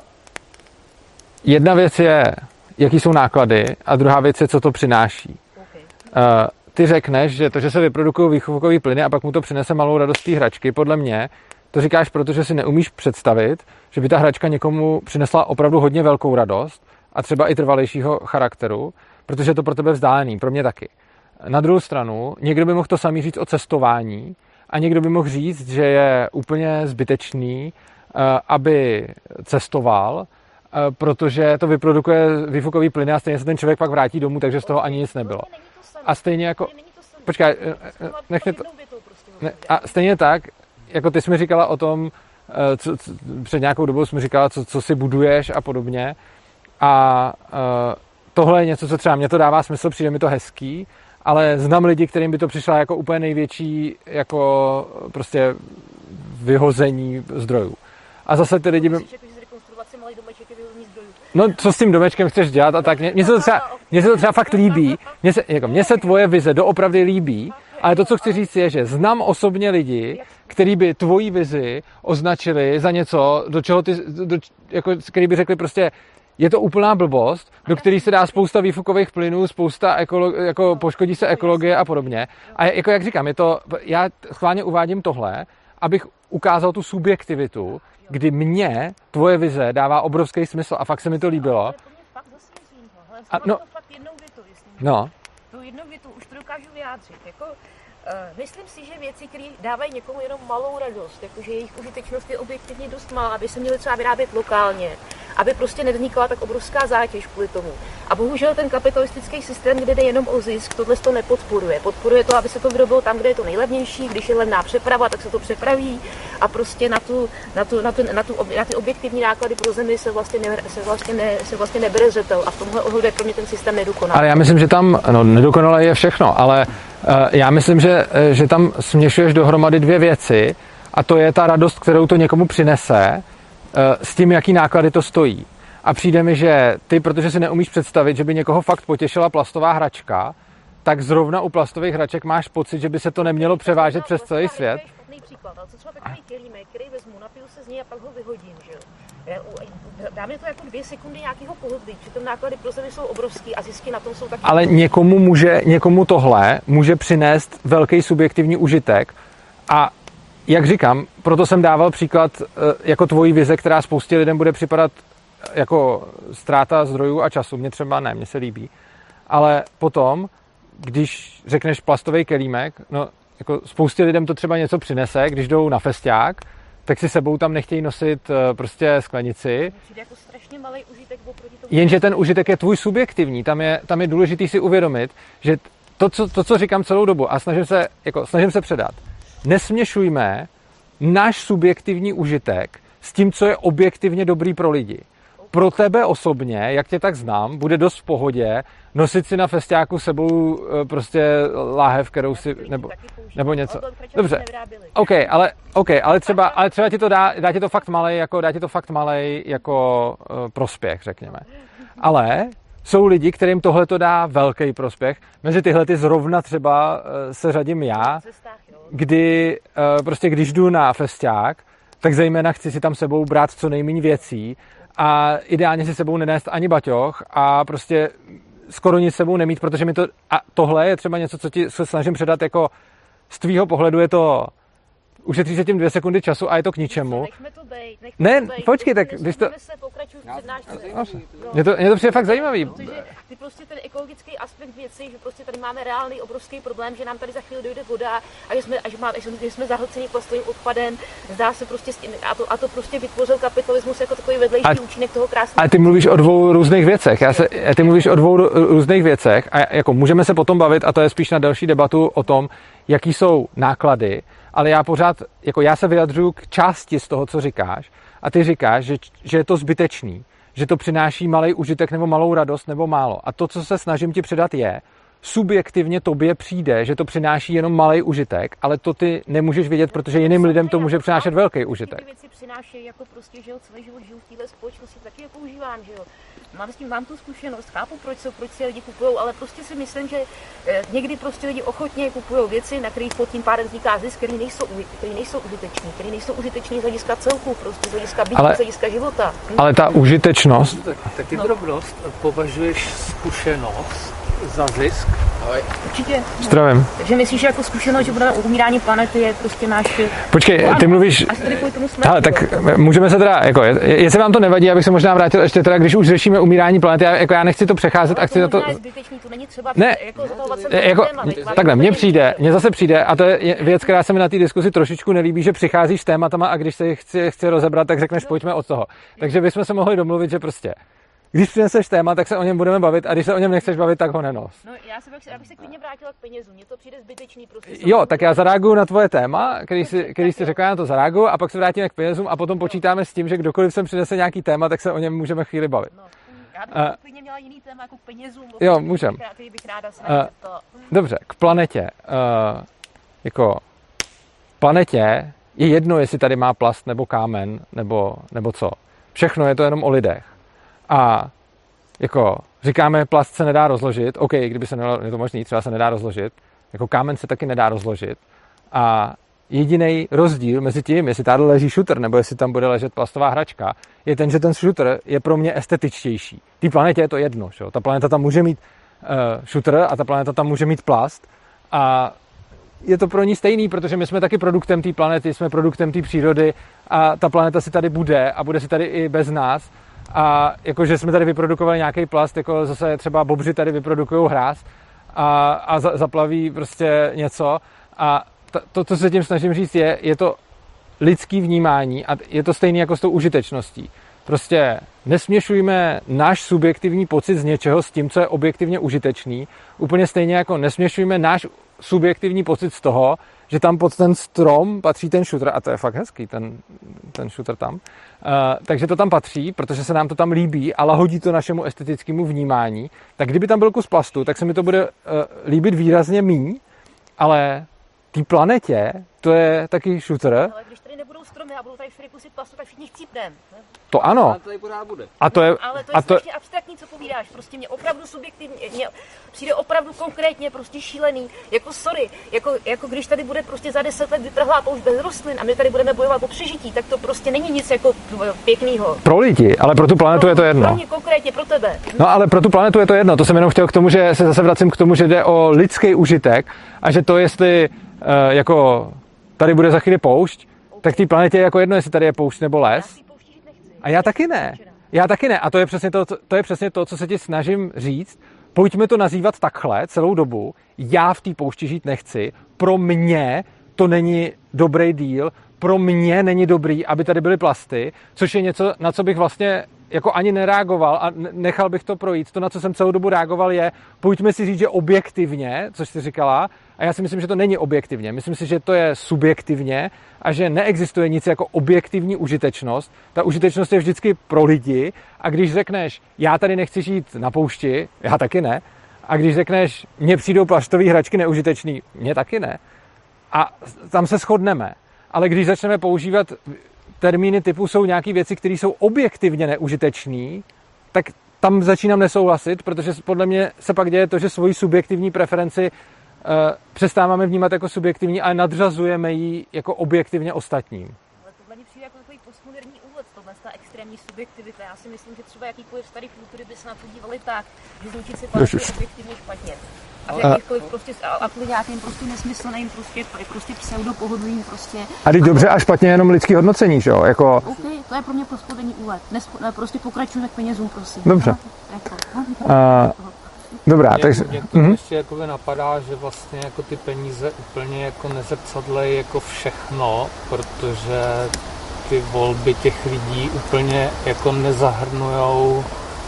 Jedna věc je, jaký jsou náklady, a druhá věc je, co to přináší. Okay. Uh, ty řekneš, že to, že se vyprodukují výfukové plyny a pak mu to přinese malou radost té hračky, podle mě, to říkáš, protože si neumíš představit, že by ta hračka někomu přinesla opravdu hodně velkou radost a třeba i trvalejšího charakteru, protože je to pro tebe vzdálený, pro mě taky. Na druhou stranu, někdo by mohl to samý říct o cestování a někdo by mohl říct, že je úplně zbytečný, uh, aby cestoval, protože to vyprodukuje výfukový plyny a stejně se ten člověk pak vrátí domů, takže z toho ani nic nebylo. A stejně jako... Počkej, nech mě to... Ne, a stejně tak, jako ty jsi mi říkala o tom, co, co, před nějakou dobou jsi mi říkala, co, co si buduješ a podobně, A uh, tohle je něco, co třeba mě to dává smysl, přijde mi to hezký, ale znám lidi, kterým by to přišla jako úplně největší jako prostě vyhození zdrojů. A zase ty lidi by... No, co s tím domečkem chceš dělat a tak. Mně se to třeba, mně se to třeba fakt líbí. Mně se, jako, mně se tvoje vize doopravdy líbí, ale to, co chci říct, je, že znám osobně lidi, kteří by tvoji vizi označili za něco, do čeho ty, do, jako, který by řekli prostě, je to úplná blbost, do který se dá spousta výfukových plynů, spousta ekolo, jako poškodí se ekologie a podobně. A jako jak říkám, je to, já schválně uvádím tohle, abych ukázal tu subjektivitu, kdy mě tvoje vize dává obrovský smysl a fakt se mi to líbilo. A no, no. Tu jednu větu už to dokážu vyjádřit. Jako, uh, myslím si, že věci, které dávají někomu jenom malou radost, jakože jejich užitečnost je objektivně dost malá, aby se měly třeba vyrábět lokálně, aby prostě nevznikala tak obrovská zátěž kvůli tomu. A bohužel ten kapitalistický systém, kde jde jenom o zisk, tohle to nepodporuje. Podporuje to, aby se to vyrobilo tam, kde je to nejlevnější, když je levná přeprava, tak se to přepraví a prostě na, tu, na, tu, na, tu, na, tu, na ty objektivní náklady pro zemi se vlastně, ne, se vlastně, ne, se vlastně nebere zřetel a v tomhle ohledu je pro mě ten systém nedokonalý. Ale já myslím, že tam, no nedokonalé je všechno, ale uh, já myslím, že, že tam směšuješ dohromady dvě věci a to je ta radost, kterou to někomu přinese, s tím, jaký náklady to stojí. A přijde mi, že ty, protože si neumíš představit, že by někoho fakt potěšila plastová hračka, tak zrovna u plastových hraček máš pocit, že by se to nemělo převážet přes celý svět. To je špatný příklad, ale co třeba takový kelímek, který vezmu, napiju se z něj a pak ho vyhodím, že jo. Dá mi to jako dvě sekundy nějakého pohodlí, přitom náklady pro zemi jsou obrovský a zisky na tom jsou taky. Ale někomu může, někomu tohle může přinést velký subjektivní užitek a jak říkám, proto jsem dával příklad jako tvojí vize, která spoustě lidem bude připadat jako ztráta zdrojů a času. Mně třeba ne, mně se líbí. Ale potom, když řekneš plastový kelímek, no jako spoustě lidem to třeba něco přinese, když jdou na festiák, tak si sebou tam nechtějí nosit prostě sklenici. Jako strašně malý užitek oproti tomu. Jenže ten užitek je tvůj subjektivní. Tam je, tam je důležitý si uvědomit, že to, co, to, co říkám celou dobu a snažím se, jako, snažím se předat, nesměšujme náš subjektivní užitek s tím, co je objektivně dobrý pro lidi. Pro tebe osobně, jak tě tak znám, bude dost v pohodě nosit si na festiáku sebou prostě láhev, kterou si, nebo, nebo něco. Dobře, OK, ale, okay, ale, třeba, ale třeba ti to dá, dá ti to fakt malej, jako, dá ti to fakt malej jako uh, prospěch, řekněme. Ale jsou lidi, kterým tohle to dá velký prospěch. Mezi tyhle ty zrovna třeba uh, se řadím já, kdy uh, prostě když jdu na festiák, tak zejména chci si tam sebou brát co nejméně věcí a ideálně si sebou nenést ani baťoch a prostě skoro nic sebou nemít, protože mi to, a tohle je třeba něco, co ti se snažím předat jako z tvýho pohledu je to, ušetří se tím dvě sekundy času a je to k ničemu. Nechme to bejt, nechme ne, to bejt, počkej, tak když to... Mě to, mě to přijde fakt zajímavý. Protože ty prostě ten ekologický aspekt věci, že prostě tady máme reálný obrovský problém, že nám tady za chvíli dojde voda a že jsme, a že má, že jsme zahlceni plastovým odpadem, zdá se prostě s tím, a to, a to prostě vytvořil kapitalismus jako takový vedlejší a, účinek toho krásného. Ale ty mluvíš o dvou různých věcech. Já se, ty mluvíš o dvou různých věcech a jako můžeme se potom bavit a to je spíš na další debatu o tom, jaký jsou náklady, ale já pořád, jako já se vyjadřuju k části z toho, co říkáš a ty říkáš, že, že je to zbytečný, že to přináší malý užitek nebo malou radost nebo málo. A to, co se snažím ti předat je, subjektivně tobě přijde, že to přináší jenom malý užitek, ale to ty nemůžeš vědět, protože jiným lidem to může přinášet velký užitek. Ty věci přinášejí jako prostě, že jo, celý život žiju v téhle společnosti, taky je používám, že jo. Mám s tím, mám tu zkušenost, chápu, proč jsou, proč si lidi kupují, ale prostě si myslím, že eh, někdy prostě lidi ochotně kupují věci, na kterých pod tím pádem vzniká zisk, které nejsou, které nejsou užiteční, které nejsou užiteční z hlediska celku, prostě z hlediska bytí, z hlediska života. Hm? Ale ta užitečnost... Tak, tak ty no. drobnost považuješ zkušenost za zisk? Určitě. Zdravím. Takže myslíš, že jako zkušenost, že budeme umírání planety je prostě náš... Počkej, ty mluvíš... Hele, tak můžeme se teda, jako, jestli vám to nevadí, abych se možná vrátil ještě teda, když už řešíme umírání planety, já, jako já nechci to přecházet a chci za to... To není třeba ne, jako, takhle, mně přijde, mně zase přijde, a to je věc, která se mi na té diskusi trošičku nelíbí, že přicházíš s tématama a když se chci, chci rozebrat, tak řekneš, pojďme od toho. Takže bychom se mohli domluvit, že prostě když přineseš téma, tak se o něm budeme bavit a když se o něm nechceš bavit, tak ho nenos. No, já se bych, já bych se klidně vrátila k penězům. Mně to přijde zbytečný prostě. Jo, tak já zareaguju na tvoje téma, který si, který jsi řekla, na to zareaguju a pak se vrátíme k penězům a potom počítáme s tím, že kdokoliv sem přinese nějaký téma, tak se o něm můžeme chvíli bavit. Já bych uh, klidně měla jiný téma jako k penězům. Jo, můžem. Bych, bych ráda se uh, to... Dobře, k planetě. Uh, jako planetě je jedno, jestli tady má plast nebo kámen, nebo, nebo co. Všechno je to jenom o lidech. A jako říkáme, plast se nedá rozložit. OK, kdyby se nedalo, je to možný, třeba se nedá rozložit. Jako kámen se taky nedá rozložit. A jediný rozdíl mezi tím, jestli tady leží šutr, nebo jestli tam bude ležet plastová hračka, je ten, že ten šutr je pro mě estetičtější. Té planetě je to jedno. Že? Ta planeta tam může mít uh, šutr a ta planeta tam může mít plast. A je to pro ní stejný, protože my jsme taky produktem té planety, jsme produktem té přírody a ta planeta si tady bude a bude si tady i bez nás. A jakože jsme tady vyprodukovali nějaký plast, jako zase třeba bobři tady vyprodukují hráz a, a za, zaplaví prostě něco. A to, to, co se tím snažím říct, je, je to lidský vnímání a je to stejný jako s tou užitečností. Prostě nesměšujme náš subjektivní pocit z něčeho s tím, co je objektivně užitečný. Úplně stejně jako nesměšujme náš subjektivní pocit z toho, že tam pod ten strom patří ten šutr, a to je fakt hezký, ten, ten šutr tam. Uh, takže to tam patří, protože se nám to tam líbí a lahodí to našemu estetickému vnímání. Tak kdyby tam byl kus plastu, tak se mi to bude uh, líbit výrazně míň, ale té planetě to je taky šutr. Ale když tady nebudou stromy a budou tady všude kusy plastu, tak všichni chcípneme. To ano. Ale tady pořád bude. A to je, ale to je strašně to... abstraktní, co povídáš. Prostě mě opravdu subjektivně, mě přijde opravdu konkrétně prostě šílený. Jako sorry, jako, jako když tady bude prostě za deset let vytrhlá poušť bez rostlin a my tady budeme bojovat o přežití, tak to prostě není nic jako pěknýho. Pro lidi, ale pro tu planetu pro, je to jedno. Pro mě konkrétně, pro tebe. No ale pro tu planetu je to jedno. To jsem jenom chtěl k tomu, že se zase vracím k tomu, že jde o lidský užitek a že to, jestli uh, jako tady bude za chvíli poušť, okay. Tak té planetě je jako jedno, jestli tady je poušť nebo les. A já taky ne. Já taky ne. A to je přesně to, to je přesně to, co se ti snažím říct. Pojďme to nazývat takhle celou dobu. Já v té poušti žít nechci. Pro mě to není dobrý díl. Pro mě není dobrý, aby tady byly plasty, což je něco, na co bych vlastně jako ani nereagoval a nechal bych to projít. To, na co jsem celou dobu reagoval, je, pojďme si říct, že objektivně, což jsi říkala, a já si myslím, že to není objektivně. Myslím si, že to je subjektivně a že neexistuje nic jako objektivní užitečnost. Ta užitečnost je vždycky pro lidi a když řekneš, já tady nechci žít na poušti, já taky ne, a když řekneš, mně přijdou plastové hračky neužitečný, mně taky ne. A tam se shodneme. Ale když začneme používat termíny typu jsou nějaké věci, které jsou objektivně neužitečné, tak tam začínám nesouhlasit, protože podle mě se pak děje to, že svoji subjektivní preferenci uh, přestáváme vnímat jako subjektivní, ale nadřazujeme ji jako objektivně ostatním. Ale tohle mi přijde jako takový postmoderní úhled, tohle ta extrémní subjektivita. Já si myslím, že třeba jakýkoliv starý kultury by se na to dívali tak, že zničit si planetu je objektivně špatně. A v jakýchkoliv prostě, a kvůli nějakým prostě nesmyslným, prostě, prostě pseudopohodlným prostě. A teď dobře a špatně jenom lidský hodnocení, že jo? Jako... OK, to je pro mě postmoderní úhled. Nespo, prostě pokračujeme k penězům, prosím. Dobře. No, jako, no, uh, dobrá, mě, takže... Mě to uh-huh. ještě jako napadá, že vlastně jako ty peníze úplně jako nezrcadlejí jako všechno, protože ty volby těch lidí úplně jako nezahrnujou,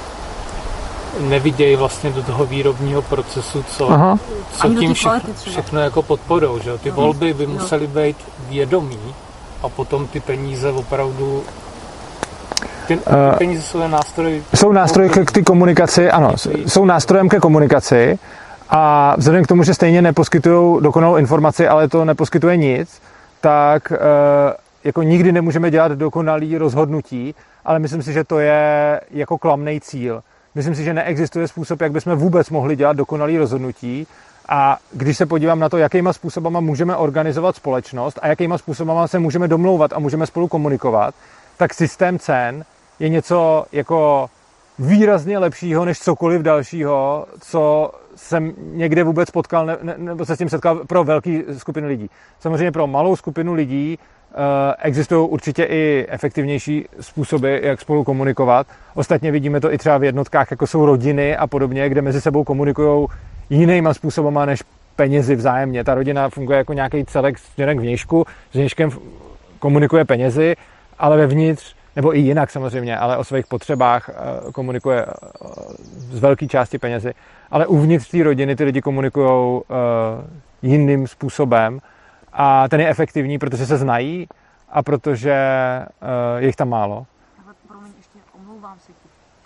nevidějí vlastně do toho výrobního procesu, co, co tím vše, všechno jako podporou. Že? Ty volby by musely být vědomí a potom ty peníze opravdu... Ty, ty peníze jsou nástroj... Jsou nástroj k té komunikaci, ano, jsou nástrojem ke komunikaci a vzhledem k tomu, že stejně neposkytují dokonalou informaci, ale to neposkytuje nic, tak jako nikdy nemůžeme dělat dokonalý rozhodnutí, ale myslím si, že to je jako klamný cíl. Myslím si, že neexistuje způsob, jak bychom vůbec mohli dělat dokonalý rozhodnutí. A když se podívám na to, jakýma způsobama můžeme organizovat společnost a jakýma způsobama se můžeme domlouvat a můžeme spolu komunikovat, tak systém cen je něco jako výrazně lepšího než cokoliv dalšího, co jsem někde vůbec potkal ne, ne, nebo se s tím setkal pro velký skupinu lidí. Samozřejmě pro malou skupinu lidí existují určitě i efektivnější způsoby, jak spolu komunikovat. Ostatně vidíme to i třeba v jednotkách, jako jsou rodiny a podobně, kde mezi sebou komunikují jinýma způsobama než penězi vzájemně. Ta rodina funguje jako nějaký celek směrem k vnějšku, s vnějškem komunikuje penězi, ale vevnitř, nebo i jinak samozřejmě, ale o svých potřebách komunikuje z velké části penězi. Ale uvnitř té rodiny ty lidi komunikují jiným způsobem, a ten je efektivní, protože se znají a protože uh, je jich tam málo. Ale promiň, ještě omlouvám se ti.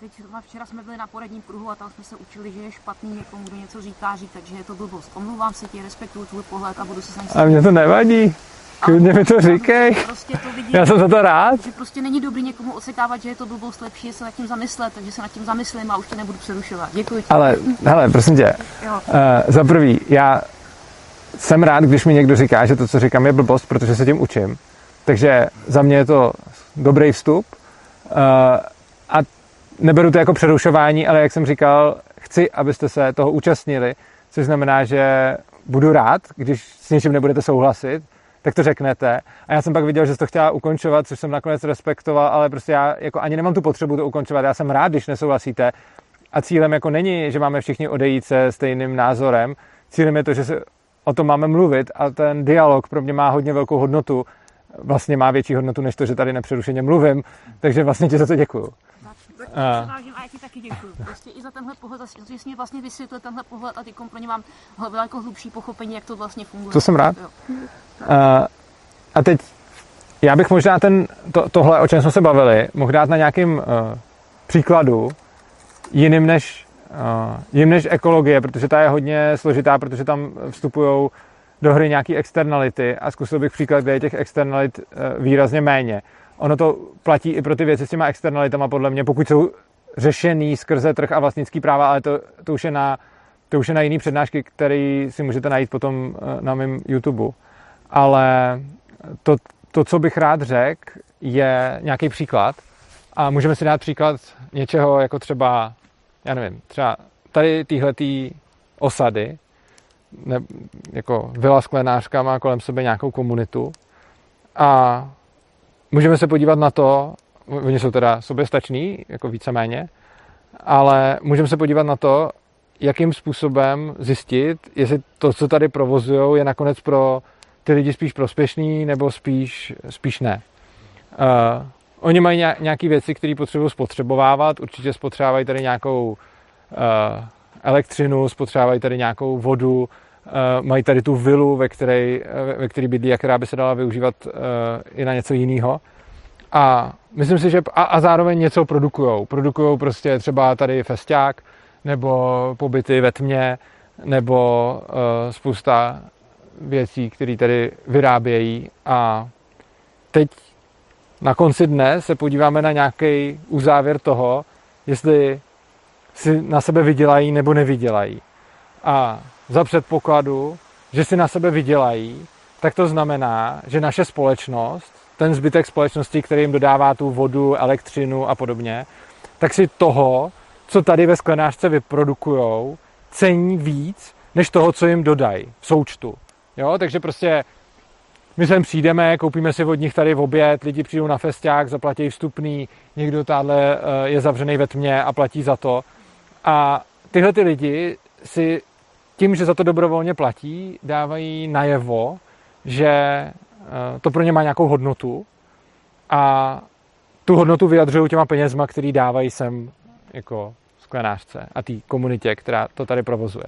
teď včera jsme byli na poradním kruhu a tam jsme se učili, že je špatný někomu, kdo něco říká, říkat, že je to blbost. Omlouvám se ti, respektuju tvůj pohled a budu se sem. A mě to nevadí. Klidně mi to říkej. Prostě to vidím, já jsem za to rád. Že prostě není dobrý někomu odsekávat, že je to blbost, lepší je se nad tím zamyslet, takže se nad tím zamyslím a už tě nebudu přerušovat. Děkuji ti. Ale, hele, prosím tě, uh, za prvý, já jsem rád, když mi někdo říká, že to, co říkám, je blbost, protože se tím učím. Takže za mě je to dobrý vstup. Uh, a neberu to jako přerušování, ale jak jsem říkal, chci, abyste se toho účastnili, což znamená, že budu rád, když s něčím nebudete souhlasit, tak to řeknete. A já jsem pak viděl, že jsi to chtěla ukončovat, což jsem nakonec respektoval, ale prostě já jako ani nemám tu potřebu to ukončovat. Já jsem rád, když nesouhlasíte. A cílem jako není, že máme všichni odejít se stejným názorem. Cílem je to, že se o tom máme mluvit a ten dialog pro mě má hodně velkou hodnotu. Vlastně má větší hodnotu, než to, že tady nepřerušeně mluvím. Takže vlastně ti za to děkuju. A já ti taky děkuju. Prostě i za tenhle pohled, že jsi mě vlastně vysvětlil tenhle pohled a ty pro ně mám daleko hlubší pochopení, jak to vlastně funguje. To jsem rád. Uh, a teď já bych možná ten, to, tohle, o čem jsme se bavili, mohl dát na nějakým uh, příkladu jiným než, uh, jiným než ekologie, protože ta je hodně složitá, protože tam vstupují do hry nějaký externality a zkusil bych příklad, kde je těch externalit uh, výrazně méně. Ono to platí i pro ty věci s těma externalitama, podle mě, pokud jsou řešený skrze trh a vlastnický práva, ale to, to, už je na, to už je na jiný přednášky, které si můžete najít potom na mém YouTube. Ale to, to, co bych rád řekl, je nějaký příklad. A můžeme si dát příklad něčeho, jako třeba, já nevím, třeba tady týhletý osady, ne, jako vila sklenářka má kolem sebe nějakou komunitu a můžeme se podívat na to, oni jsou teda soběstační, jako víceméně, ale můžeme se podívat na to, jakým způsobem zjistit, jestli to, co tady provozujou, je nakonec pro ty lidi spíš prospěšný, nebo spíš, spíš ne. Uh, oni mají nějaké věci, které potřebují spotřebovávat, určitě spotřebovávají tady nějakou uh, elektřinu, spotřebovávají tady nějakou vodu, uh, mají tady tu vilu, ve které ve který bydlí a která by se dala využívat uh, i na něco jiného. A myslím si, že a, a zároveň něco produkujou. Produkujou prostě třeba tady festiák, nebo pobyty ve tmě, nebo uh, spousta věcí, které tady vyrábějí. A teď na konci dne se podíváme na nějaký uzávěr toho, jestli si na sebe vydělají nebo nevydělají. A za předpokladu, že si na sebe vydělají, tak to znamená, že naše společnost, ten zbytek společnosti, který jim dodává tu vodu, elektřinu a podobně, tak si toho, co tady ve sklenářce vyprodukujou, cení víc, než toho, co jim dodají v součtu. Jo? Takže prostě my sem přijdeme, koupíme si od nich tady v oběd, lidi přijdou na festiák, zaplatí vstupný, někdo táhle je zavřený ve tmě a platí za to. A tyhle ty lidi si tím, že za to dobrovolně platí, dávají najevo, že to pro ně má nějakou hodnotu a tu hodnotu vyjadřují těma penězma, který dávají sem jako sklenářce a té komunitě, která to tady provozuje.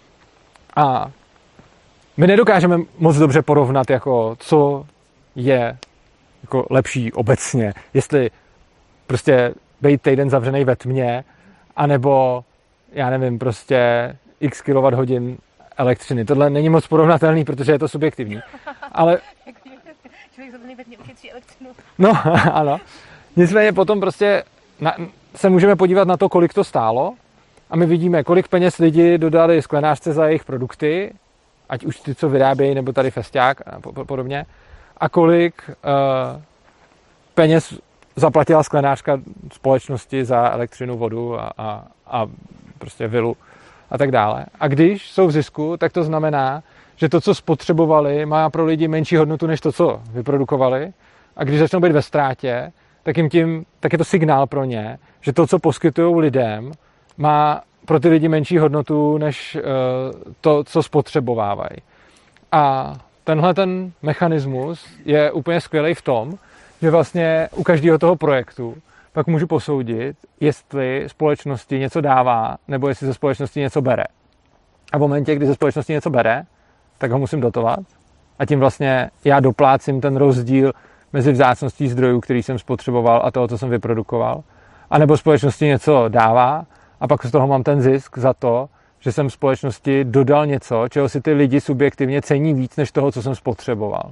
A my nedokážeme moc dobře porovnat, jako, co je jako lepší obecně. Jestli prostě být týden zavřený ve tmě, anebo, já nevím, prostě x kilowatthodin elektřiny. Tohle není moc porovnatelný, protože je to subjektivní. Ale... Člověk zavřený ve tmě ušetří elektřinu. No, ano. Nicméně potom prostě na, se můžeme podívat na to, kolik to stálo a my vidíme, kolik peněz lidi dodali sklenářce za jejich produkty, ať už ty, co vyrábějí, nebo tady festiák a podobně, a kolik uh, peněz zaplatila sklenářka společnosti za elektřinu, vodu a, a, a prostě vilu a tak dále. A když jsou v zisku, tak to znamená, že to, co spotřebovali, má pro lidi menší hodnotu, než to, co vyprodukovali. A když začnou být ve ztrátě, tak, jim tím, tak je to signál pro ně, že to, co poskytují lidem, má pro ty lidi menší hodnotu, než uh, to, co spotřebovávají. A tenhle ten mechanismus je úplně skvělý v tom, že vlastně u každého toho projektu pak můžu posoudit, jestli společnosti něco dává, nebo jestli ze společnosti něco bere. A v momentě, kdy ze společnosti něco bere, tak ho musím dotovat. A tím vlastně já doplácím ten rozdíl mezi vzácností zdrojů, který jsem spotřeboval, a toho, co jsem vyprodukoval. anebo společnosti něco dává a pak z toho mám ten zisk za to, že jsem společnosti dodal něco, čeho si ty lidi subjektivně cení víc, než toho, co jsem spotřeboval.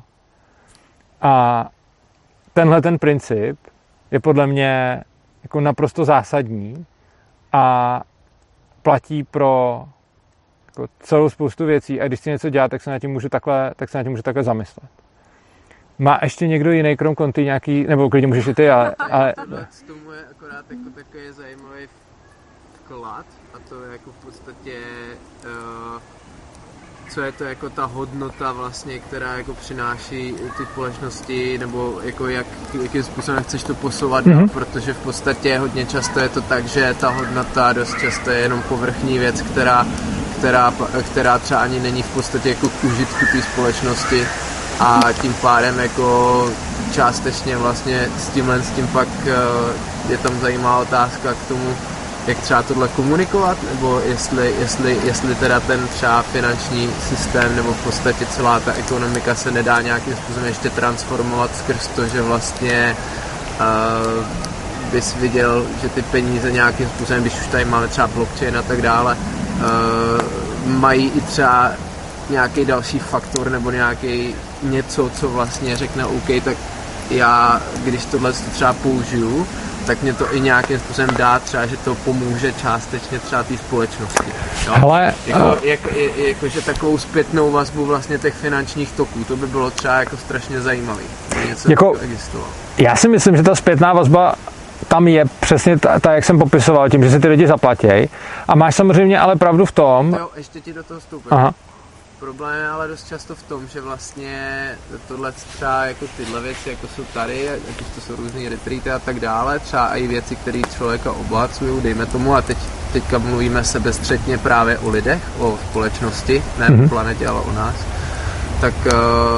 A tenhle ten princip je podle mě jako naprosto zásadní a platí pro jako celou spoustu věcí a když si něco dělá, tak se na tím můžu takhle, tak se na tím můžu takhle zamyslet. Má ještě někdo jiný krom Conti nějaký, nebo klidně můžeš i ty, ale... ale... K tomu je akorát jako takový zajímavý vklad a to je jako v podstatě uh, co je to jako ta hodnota vlastně, která jako přináší ty společnosti nebo jako jak, jakým způsobem chceš to posouvat, mm-hmm. protože v podstatě hodně často je to tak, že ta hodnota dost často je jenom povrchní věc, která, která, která třeba ani není v podstatě jako k užitku té společnosti a tím pádem jako částečně vlastně s tímhle s tím pak je tam zajímavá otázka k tomu, jak třeba tohle komunikovat, nebo jestli, jestli, jestli teda ten třeba finanční systém nebo v podstatě celá ta ekonomika se nedá nějakým způsobem ještě transformovat skrz to, že vlastně uh, bys viděl, že ty peníze nějakým způsobem, když už tady máme třeba blockchain a tak dále, uh, mají i třeba nějaký další faktor nebo nějaký něco, co vlastně řekne OK, tak já, když tohle třeba použiju, tak mě to i nějakým způsobem dá třeba, že to pomůže částečně třeba té společnosti. Jo? Hele, jako, uh... jako, jakože takovou zpětnou vazbu vlastně těch finančních toků, to by bylo třeba jako strašně zajímavé. Něco jako, existovalo. Já si myslím, že ta zpětná vazba tam je přesně ta, ta, jak jsem popisoval, tím, že si ty lidi zaplatěj. A máš samozřejmě ale pravdu v tom... Jo, ještě ti do toho vstoupím. Aha. Problém je ale dost často v tom, že vlastně tohle třeba jako tyhle věci, jako jsou tady, ať už to jsou různý retreaty a tak dále, třeba i věci, které člověka obohacují, dejme tomu, a teď, teďka mluvíme sebestředně právě o lidech, o společnosti, ne mm-hmm. o planetě, ale o nás, tak uh,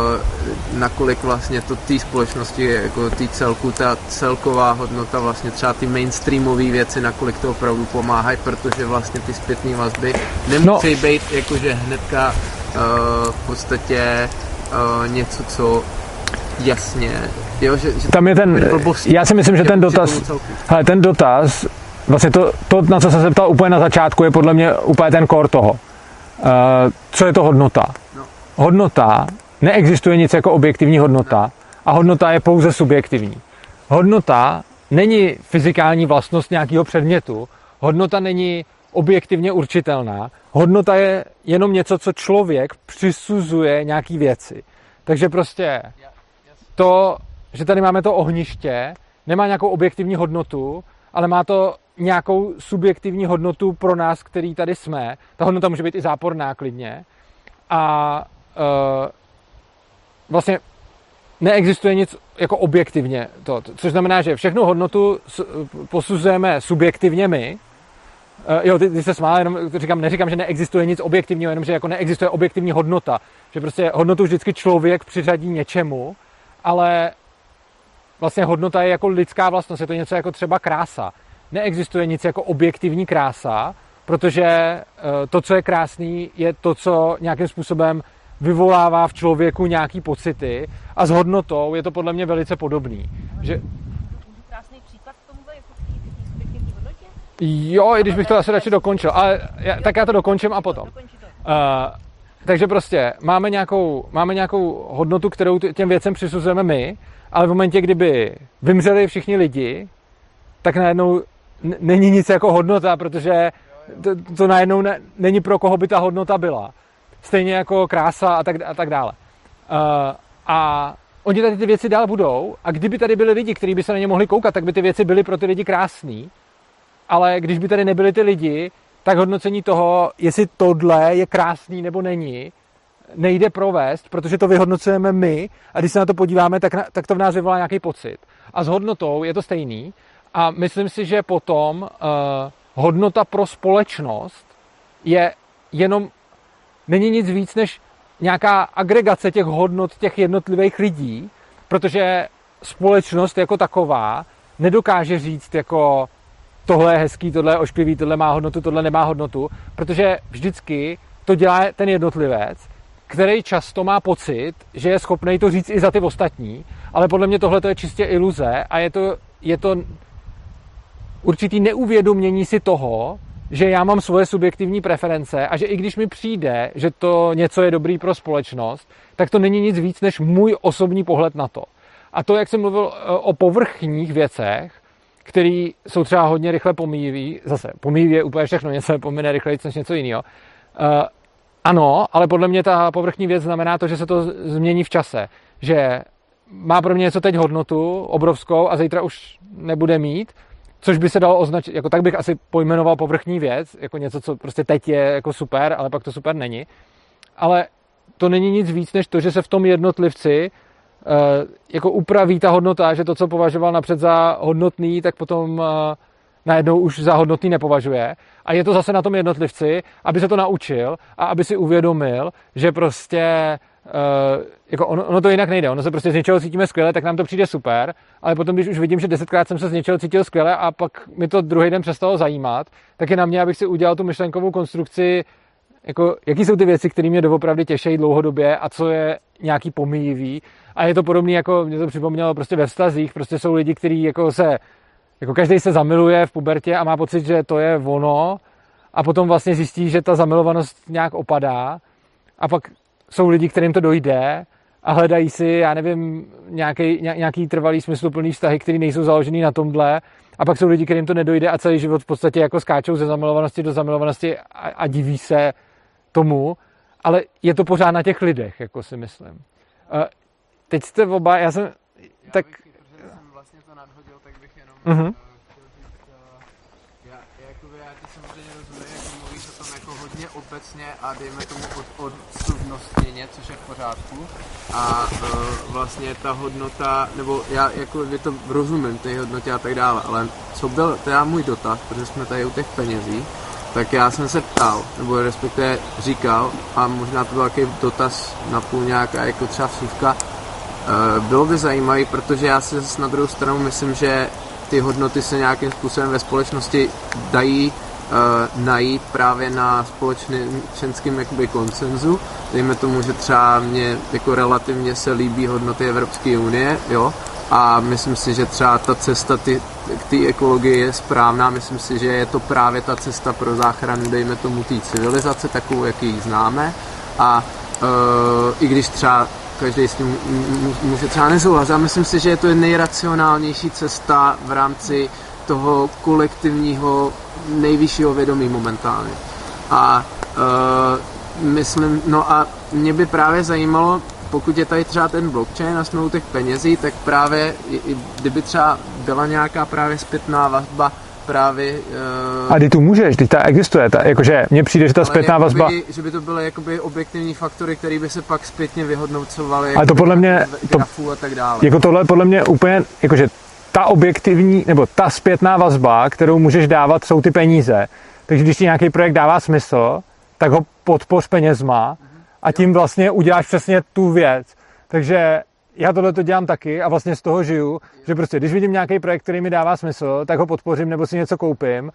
nakolik vlastně to té společnosti, jako té celku, ta celková hodnota, vlastně třeba ty mainstreamové věci, nakolik to opravdu pomáhají, protože vlastně ty zpětné vazby nemusí no. být jakože hnedka Uh, v podstatě uh, něco, co jasně, jo, že, že tam je ten, blbosti, já si myslím, že ten dotaz, hele, ten dotaz, vlastně to, to, na co jsem se ptal úplně na začátku, je podle mě úplně ten core toho. Uh, co je to hodnota? No. Hodnota, neexistuje nic jako objektivní hodnota no. a hodnota je pouze subjektivní. Hodnota není fyzikální vlastnost nějakého předmětu, hodnota není objektivně určitelná. Hodnota je jenom něco, co člověk přisuzuje nějaký věci. Takže prostě to, že tady máme to ohniště, nemá nějakou objektivní hodnotu, ale má to nějakou subjektivní hodnotu pro nás, který tady jsme. Ta hodnota může být i záporná klidně. A uh, vlastně neexistuje nic jako objektivně. To, což znamená, že všechnu hodnotu posuzujeme subjektivně my. Uh, jo, ty, ty se smál, jenom říkám, neříkám, že neexistuje nic objektivního, jenom že jako neexistuje objektivní hodnota. Že prostě hodnotu vždycky člověk přiřadí něčemu, ale vlastně hodnota je jako lidská vlastnost, je to něco jako třeba krása. Neexistuje nic jako objektivní krása, protože uh, to, co je krásný, je to, co nějakým způsobem vyvolává v člověku nějaký pocity a s hodnotou je to podle mě velice podobný. Že... Krásný příklad k tomu jako subjektivní hodnotě? Jo, i když bych to asi radši dokončil, ale já, tak já to dokončím a potom. Uh, takže prostě máme nějakou, máme nějakou hodnotu, kterou těm věcem přisuzujeme my, ale v momentě, kdyby vymřeli všichni lidi, tak najednou n- není nic jako hodnota, protože to, to najednou ne, není pro koho by ta hodnota byla. Stejně jako krása a tak, a tak dále. Uh, a oni tady ty věci dál budou a kdyby tady byli lidi, kteří by se na ně mohli koukat, tak by ty věci byly pro ty lidi krásný. Ale když by tady nebyli ty lidi, tak hodnocení toho, jestli tohle je krásný nebo není, nejde provést, protože to vyhodnocujeme my a když se na to podíváme, tak, na, tak to v nás vyvolá nějaký pocit. A s hodnotou je to stejný a myslím si, že potom uh, hodnota pro společnost je jenom, není nic víc než nějaká agregace těch hodnot těch jednotlivých lidí, protože společnost jako taková nedokáže říct jako tohle je hezký, tohle je ošklivý, tohle má hodnotu, tohle nemá hodnotu, protože vždycky to dělá ten jednotlivec, který často má pocit, že je schopný to říct i za ty ostatní, ale podle mě tohle je čistě iluze a je to, je to určitý neuvědomění si toho, že já mám svoje subjektivní preference a že i když mi přijde, že to něco je dobrý pro společnost, tak to není nic víc než můj osobní pohled na to. A to, jak jsem mluvil o povrchních věcech, které jsou třeba hodně rychle pomíjivý, zase pomíjivý je úplně všechno, něco je pomine rychleji než něco jiného. Uh, ano, ale podle mě ta povrchní věc znamená to, že se to změní v čase. Že má pro mě něco teď hodnotu obrovskou a zítra už nebude mít, což by se dalo označit, jako tak bych asi pojmenoval povrchní věc, jako něco, co prostě teď je jako super, ale pak to super není. Ale to není nic víc, než to, že se v tom jednotlivci uh, jako upraví ta hodnota, že to, co považoval napřed za hodnotný, tak potom uh, najednou už za hodnotný nepovažuje. A je to zase na tom jednotlivci, aby se to naučil a aby si uvědomil, že prostě Uh, jako ono, ono to jinak nejde, ono se prostě z něčeho cítíme skvěle, tak nám to přijde super, ale potom, když už vidím, že desetkrát jsem se z něčeho cítil skvěle a pak mi to druhý den přestalo zajímat, tak je na mě, abych si udělal tu myšlenkovou konstrukci, jako jaký jsou ty věci, které mě doopravdy těší dlouhodobě a co je nějaký pomíjivý. A je to podobné, jako mě to připomnělo prostě ve vztazích, prostě jsou lidi, kteří jako se, jako každý se zamiluje v pubertě a má pocit, že to je ono a potom vlastně zjistí, že ta zamilovanost nějak opadá a pak jsou lidi, kterým to dojde a hledají si, já nevím, nějaký, nějaký trvalý smysluplný vztahy, který nejsou založený na tomhle. A pak jsou lidi, kterým to nedojde a celý život v podstatě jako skáčou ze zamilovanosti do zamilovanosti a, a diví se tomu. Ale je to pořád na těch lidech, jako si myslím. Teď jste oba, já jsem... Já tak... bych, protože jsem vlastně to nadhodil, tak bych jenom... Uh-huh. Hodně obecně a dejme tomu od, odsuvnostněně, což je v pořádku. A uh, vlastně ta hodnota, nebo já jako vy to rozumím, té hodnotě a tak dále, ale co byl teda můj dotaz, protože jsme tady u těch penězí, tak já jsem se ptal, nebo respektive říkal, a možná to byl takový dotaz napůl nějaká jako třeba vsuvka, uh, bylo by zajímavý, protože já si na druhou stranu myslím, že ty hodnoty se nějakým způsobem ve společnosti dají Uh, najít právě na společenském jakoby konsenzu. Dejme tomu, že třeba mě jako relativně se líbí hodnoty Evropské unie, jo, a myslím si, že třeba ta cesta ty, k té ekologii je správná, myslím si, že je to právě ta cesta pro záchranu, dejme tomu, té civilizace, takovou, jaký ji známe, a uh, i když třeba každý s tím může třeba nesouhlasit, a myslím si, že je to nejracionálnější cesta v rámci toho kolektivního nejvyššího vědomí momentálně. A uh, myslím, no a mě by právě zajímalo, pokud je tady třeba ten blockchain a jsme u těch penězí, tak právě, kdyby třeba byla nějaká právě zpětná vazba právě... Uh, a ty tu můžeš, ty ta existuje, ta, jakože mně přijde, že ta zpětná jakoby, vazba... Že by to byly jakoby objektivní faktory, které by se pak zpětně vyhodnocovaly, ale to podle mě, grafů a tak dále. Jako tohle podle mě úplně, jakože ta objektivní, nebo ta zpětná vazba, kterou můžeš dávat, jsou ty peníze. Takže když ti nějaký projekt dává smysl, tak ho podpoř penězma a tím vlastně uděláš přesně tu věc. Takže já tohle to dělám taky a vlastně z toho žiju, že prostě když vidím nějaký projekt, který mi dává smysl, tak ho podpořím nebo si něco koupím.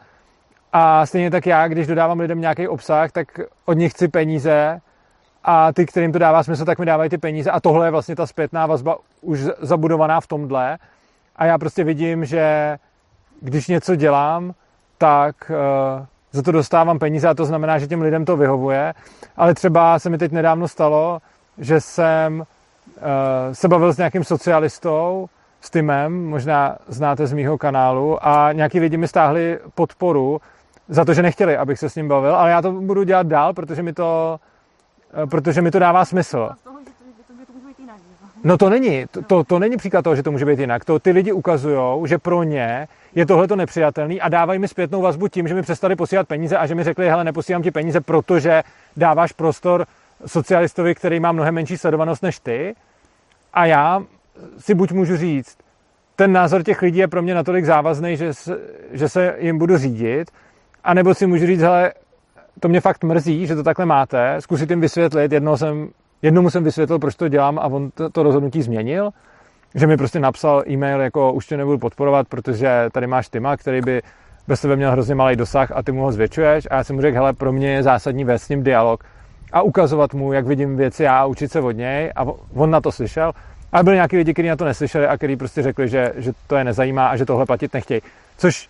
A stejně tak já, když dodávám lidem nějaký obsah, tak od nich chci peníze a ty, kterým to dává smysl, tak mi dávají ty peníze a tohle je vlastně ta zpětná vazba už zabudovaná v tomhle. A já prostě vidím, že když něco dělám, tak uh, za to dostávám peníze a to znamená, že těm lidem to vyhovuje. Ale třeba se mi teď nedávno stalo, že jsem uh, se bavil s nějakým socialistou, s Timem, možná znáte z mýho kanálu, a nějaký lidi mi stáhli podporu za to, že nechtěli, abych se s ním bavil, ale já to budu dělat dál, protože mi to, uh, protože mi to dává smysl. No to není, to, to, to není příklad toho, že to může být jinak. To ty lidi ukazujou, že pro ně je tohleto nepřijatelný a dávají mi zpětnou vazbu tím, že mi přestali posílat peníze a že mi řekli, hele, neposílám ti peníze, protože dáváš prostor socialistovi, který má mnohem menší sledovanost než ty. A já si buď můžu říct, ten názor těch lidí je pro mě natolik závazný, že se, že se jim budu řídit, anebo si můžu říct, hele, to mě fakt mrzí, že to takhle máte, zkusit jim vysvětlit, jednou jsem Jednomu jsem vysvětlil, proč to dělám a on to, to rozhodnutí změnil, že mi prostě napsal e-mail, jako už tě nebudu podporovat, protože tady máš Tima, který by bez tebe měl hrozně malý dosah a ty mu ho zvětšuješ a já jsem mu řekl, hele, pro mě je zásadní vést s ním dialog a ukazovat mu, jak vidím věci já a učit se od něj a on na to slyšel. Ale byli nějaký lidi, kteří na to neslyšeli a kteří prostě řekli, že, že to je nezajímá a že tohle platit nechtějí. Což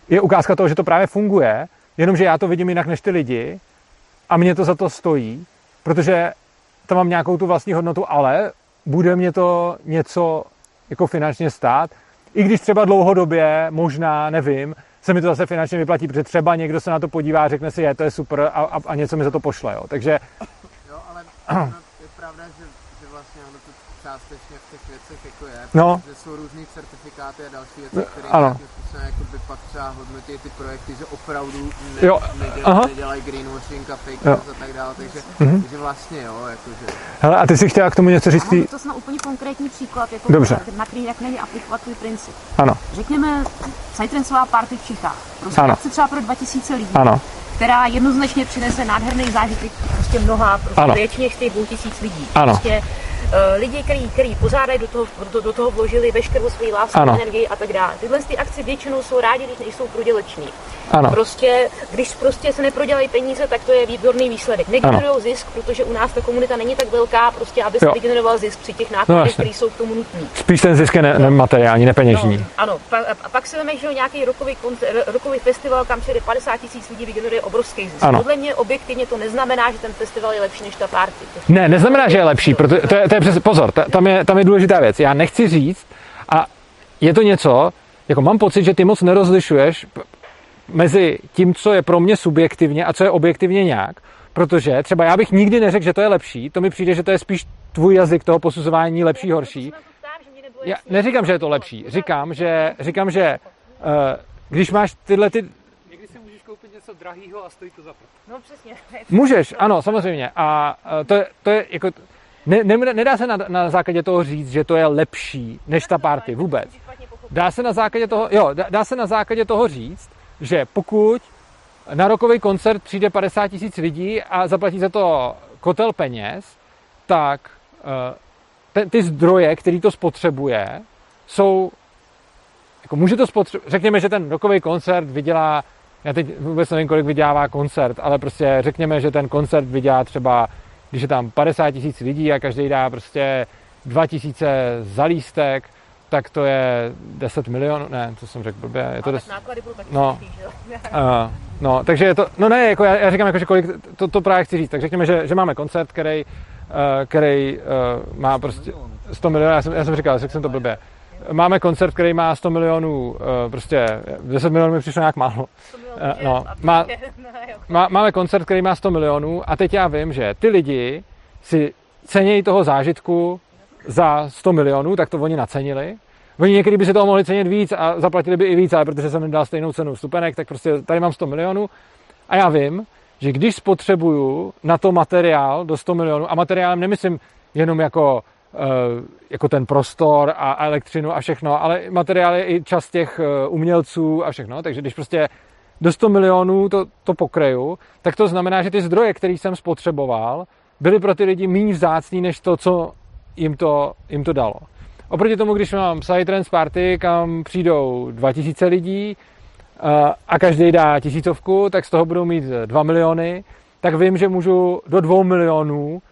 je ukázka toho, že to právě funguje, jenomže já to vidím jinak než ty lidi a mě to za to stojí, protože tam mám nějakou tu vlastní hodnotu, ale bude mě to něco jako finančně stát, i když třeba dlouhodobě, možná, nevím, se mi to zase finančně vyplatí, protože třeba někdo se na to podívá a řekne si, je, to je super a, a, a něco mi za to pošle, jo. Takže... Jo, ale ono, je pravda, že, že vlastně ono to částečně v těch věcech jako je, no. že jsou různý certifikáty a další věci, které nějakým způsobem jakoby pak třeba hodnotí ty projekty, že opravdu ne, jo. Neděl, nedělají greenwashing a fake news a tak dále, takže, mm-hmm. takže vlastně jo, jakože... Hele, a ty jsi chtěla k tomu něco říct? Ano, to jsem úplně konkrétní příklad, jako dobře. Na který jak nejde aplikovat tvůj princip. Ano. Řekněme, Psytrancová party v Čechách. Prostě ano. třeba pro dva tisíce lidí. Ano. Která jednoznačně přinese nádherný zážitek prostě mnoha, prostě většině z těch dvou tisíc lidí. Ano. Prostě uh, lidi, který, který pořádají, do toho, do, do toho vložili veškerou svoji lásku, energii a tak dále. Tyhle ty akce většinou jsou rádi, když nejsou proděleční. Ano. Prostě, když prostě se neprodělají peníze, tak to je výborný výsledek. Negenerují zisk, protože u nás ta komunita není tak velká, prostě aby se vygeneroval zisk při těch nákladech, no, které jsou k tomu nutné. Spíš ten zisk je ne, ne materiální, nepeněžní. No, ano, pa, a pak si veme, že nějaký rokový, rokový festival, kam přijde padesát tisíc lidí, vygeneruje obrovský zisk. Ano. Podle mě objektivně to neznamená, že ten festival je lepší než ta party. Ne, neznamená, že je lepší, protože to je, to je přes, pozor, tam je, tam je důležitá věc. Já nechci říct, a je to něco, jako mám pocit, že ty moc nerozlišuješ mezi tím, co je pro mě subjektivně a co je objektivně nějak, protože třeba já bych nikdy neřekl, že to je lepší, to mi přijde, že to je spíš tvůj jazyk toho posuzování lepší, horší. Já neříkám, že je to lepší, říkám, že, říkám, že uh, když máš tyhle ty... Někdy si můžeš koupit něco drahýho a stojí to za to. No přesně. Můžeš, ano, samozřejmě. A uh, to, je, to je jako... Ne, ne, nedá se na, na základě toho říct, že to je lepší než ta party, vůbec. Dá se na základě toho, jo, dá, dá se na základě toho říct, že pokud na rockový koncert přijde padesát tisíc lidí a zaplatí za to kotel peněz, tak uh, ty zdroje, který to spotřebuje, jsou, jako může to spotřebovat, řekněme, že ten rockový koncert vydělá, já teď vůbec nevím, kolik vydělává koncert, ale prostě řekněme, že ten koncert vydělá třeba, když je tam padesát tisíc lidí a každý dá prostě dva tisíce za lístek, tak to je deset milionů, ne, to jsem řekl blbě, je to deset... náklady budou taky no, uh, no, takže je to, no ne, jako já, já říkám, jako, že kolik, to, to právě chci říct, tak řekněme, že, že máme koncert, který, uh, který uh, má prostě sto milionů, já jsem, já jsem říkal, řekl jsem to blbě, máme koncert, který má sto milionů, uh, prostě deset milionů mi přišlo nějak málo, uh, no, má, má, máme koncert, který má sto milionů a teď já vím, že ty lidi si cenějí toho zážitku za sto milionů, tak to oni nacenili. Oni někdy by si toho mohli cenit víc a zaplatili by i víc, ale protože jsem jim dal stejnou cenu vstupenek, tak prostě tady mám sto milionů a já vím, že když spotřebuju na to materiál do sto milionů, a materiálem nemyslím jenom jako, jako ten prostor a elektřinu a všechno, ale materiál je i čas těch umělců a všechno, takže když prostě do sto milionů to, to pokryju, tak to znamená, že ty zdroje, které jsem spotřeboval, byly pro ty lidi méně vzácný, než to, co jim to, jim to dalo. Oproti tomu, když mám Psytrance party, kam přijdou dva tisíce lidí a každý dá tisícovku, tak z toho budou mít dva miliony, tak vím, že můžu do dvou milionů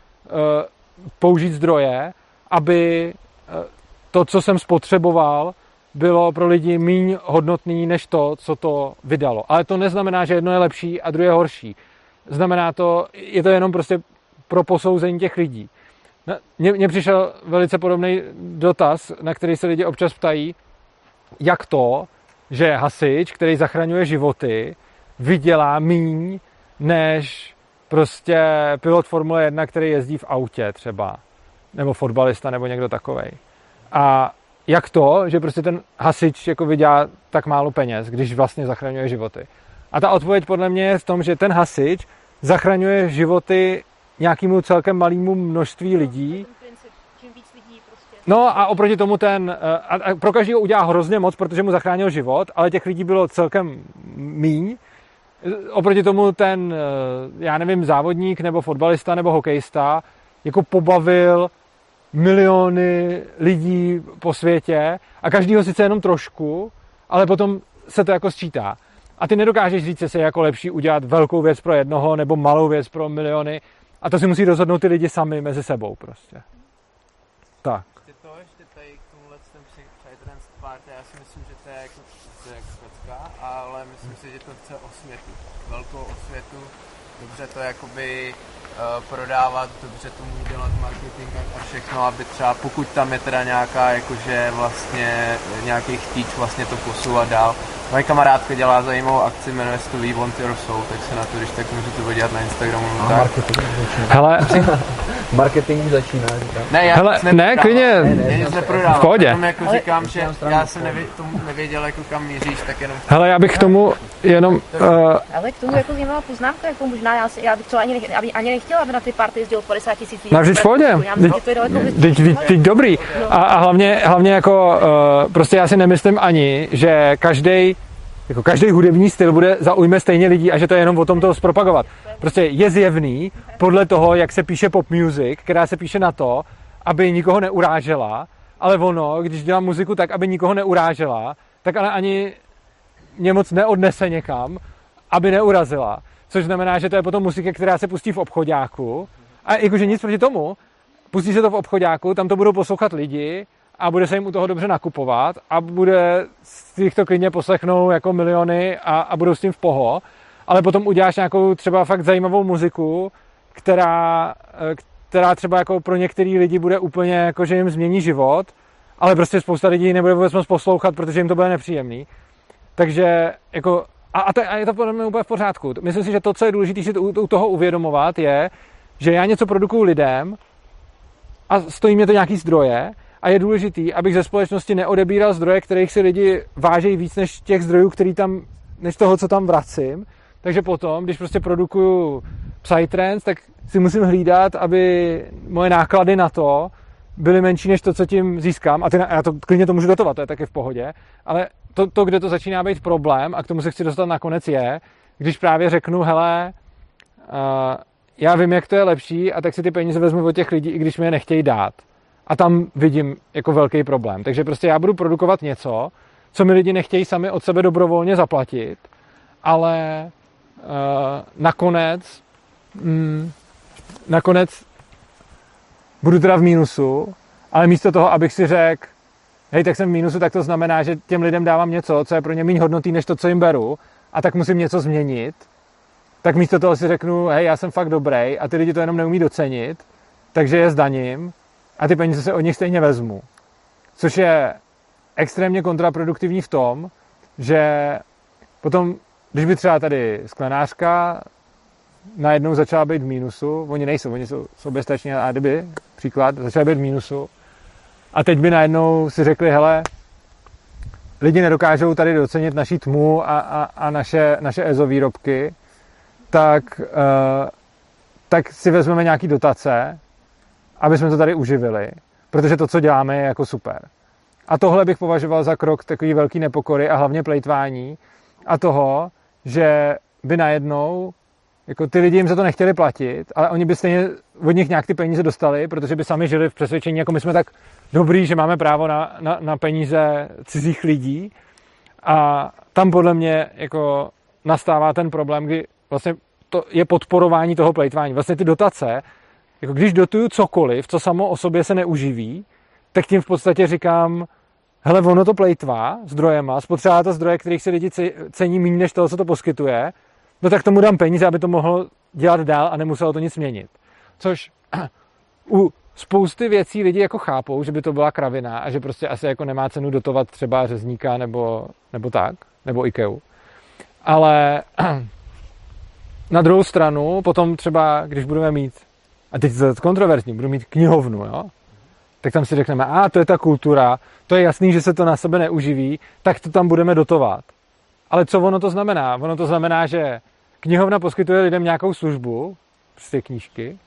použít zdroje, aby to, co jsem spotřeboval, bylo pro lidi méně hodnotný než to, co to vydalo. Ale to neznamená, že jedno je lepší a druhé je horší. Znamená to, je to jenom prostě pro posouzení těch lidí. Mně přišel velice podobný dotaz, na který se lidi občas ptají, jak to, že hasič, který zachraňuje životy, vydělá míň než prostě pilot Formule jedna, který jezdí v autě třeba, nebo fotbalista, nebo někdo takovej. A jak to, že prostě ten hasič jako vydělá tak málo peněz, když vlastně zachraňuje životy. A ta odpověď podle mě je v tom, že ten hasič zachraňuje životy nějakému celkem malému množství lidí. No a oproti tomu ten, a pro každého udělá hrozně moc, protože mu zachránil život, ale těch lidí bylo celkem míň. Oproti tomu ten, já nevím, závodník nebo fotbalista nebo hokejista jako pobavil miliony lidí po světě a každýho sice jenom trošku, ale potom se to jako sčítá. A ty nedokážeš říct, že se jako lepší udělat velkou věc pro jednoho nebo malou věc pro miliony. A to si musí rozhodnout ty lidi sami mezi sebou prostě. Tak. Ty to ještě tady k tomuhle ten Psytrance party, já si myslím, že to je jako to je jak Švédska, ale myslím si, že to chce osvětu, velkou osvětu, dobře to jakoby uh, prodávat, dobře tomu dělat marketing a všechno, aby třeba pokud tam je teda nějaká jakože vlastně nějaký chtíč vlastně to posouvat dál. Moje kamarádka dělá zajímavou akci, jmenuje se to We Want Your Soul, tak se na to, když tak můžete podívat na Instagramu. A tak. marketing začíná. Hele, marketing už začíná, říkám. Ne, já hele, ne, klidně, ne, ne, nic neprodávám. v pohodě. Jenom jako říkám, že já jsem nevě, tomu nevěděl, jako kam míříš, tak jenom... Hele, já bych k tomu jenom... Uh, Ale k tomu jako zajímavá poznámka, jako možná já, si, já bych to ani, nech, ani nechtěla, aby na ty party jezdilo padesát tisíc lidí. No vždyť v pohodě, teď dobrý. A, a hlavně, hlavně jako, uh, prostě já si nemyslím ani, že každý jako každý hudební styl bude zaujme stejně lidí a že to je jenom o tom toho zpropagovat. Prostě je zjevný podle toho, jak se píše pop music, která se píše na to, aby nikoho neurážela, ale ono, když dělám muziku tak, aby nikoho neurážela, tak ale ani mě moc neodnese někam, aby neurazila. Což znamená, že to je potom muzika, která se pustí v obchoďáku. A jakože nic proti tomu, pustí se to v obchoďáku, tam to budou poslouchat lidi a bude se jim u toho dobře nakupovat a bude si jich to klidně poslechnou jako miliony a, a budou s tím v poho. Ale potom uděláš nějakou třeba fakt zajímavou muziku, která, která třeba jako pro některý lidi bude úplně jako, že jim změní život, ale prostě spousta lidí nebude vůbec moc poslouchat, protože jim to bude nepříjemný. Takže jako, a, a, to, a je to podle mě úplně v pořádku. Myslím si, že to, co je důležité si u, u toho uvědomovat, je, že já něco produkuju lidem a stojí mě to nějaký zdroje a je důležitý, abych ze společnosti neodebíral zdroje, kterých si lidi vážejí víc než těch zdrojů, který tam, než toho, co tam vracím. Takže potom, když prostě produkuju Psytrance, tak si musím hlídat, aby moje náklady na to byly menší než to, co tím získám. A ty, já to klidně to můžu dotovat, to je taky v pohodě. Ale to, to, kde to začíná být problém, a k tomu se chci dostat nakonec, je, když právě řeknu, hele, uh, já vím, jak to je lepší, a tak si ty peníze vezmu od těch lidí, i když mi je nechtějí dát. A tam vidím jako velký problém. Takže prostě já budu produkovat něco, co mi lidi nechtějí sami od sebe dobrovolně zaplatit, ale uh, nakonec mm, nakonec budu teda v mínusu, ale místo toho, abych si řekl, hej, tak jsem v mínusu, tak to znamená, že těm lidem dávám něco, co je pro ně méně hodnotný, než to, co jim beru, a tak musím něco změnit, tak místo toho si řeknu, hej, já jsem fakt dobrý a ty lidi to jenom neumí docenit, takže je zdaním a ty peníze se od nich stejně vezmu. Což je extrémně kontraproduktivní v tom, že potom, když by třeba tady sklenářka najednou začala být v mínusu, oni nejsou, oni jsou soběstační, a kdyby, příklad, začala být v mínusu, a teď by najednou si řekli, hele, lidi nedokážou tady docenit naší tmu a, a, a naše, naše E Z O výrobky, tak, uh, tak si vezmeme nějaký dotace, aby jsme to tady uživili, protože to, co děláme, je jako super. A tohle bych považoval za krok takový velký nepokory a hlavně plejtvání a toho, že by najednou jako ty lidi jim za to nechtěli platit, ale oni by stejně od nich nějak ty peníze dostali, protože by sami žili v přesvědčení, jako my jsme tak dobrý, že máme právo na, na, na peníze cizích lidí. A tam podle mě jako nastává ten problém, kdy vlastně to je podporování toho plejtvání. Vlastně ty dotace, jako když dotuju cokoliv, co samo o sobě se neuživí, tak tím v podstatě říkám, hele, ono to plejtvá zdrojema, spotřebává to zdroje, kterých si lidi cení méně než toho, co to poskytuje, no tak tomu dám peníze, aby to mohlo dělat dál a nemuselo to nic měnit. Což u spousty věcí lidi jako chápou, že by to byla kravina a že prostě asi jako nemá cenu dotovat třeba řezníka nebo, nebo tak, nebo IKEA. Ale na druhou stranu potom třeba, když budeme mít, a teď to je kontroverzní, budu mít knihovnu, jo? Tak tam si řekneme, a to je ta kultura, to je jasný, že se to na sebe neuživí, tak to tam budeme dotovat. Ale co ono to znamená? Ono to znamená, že knihovna poskytuje lidem nějakou službu, prostě knížky,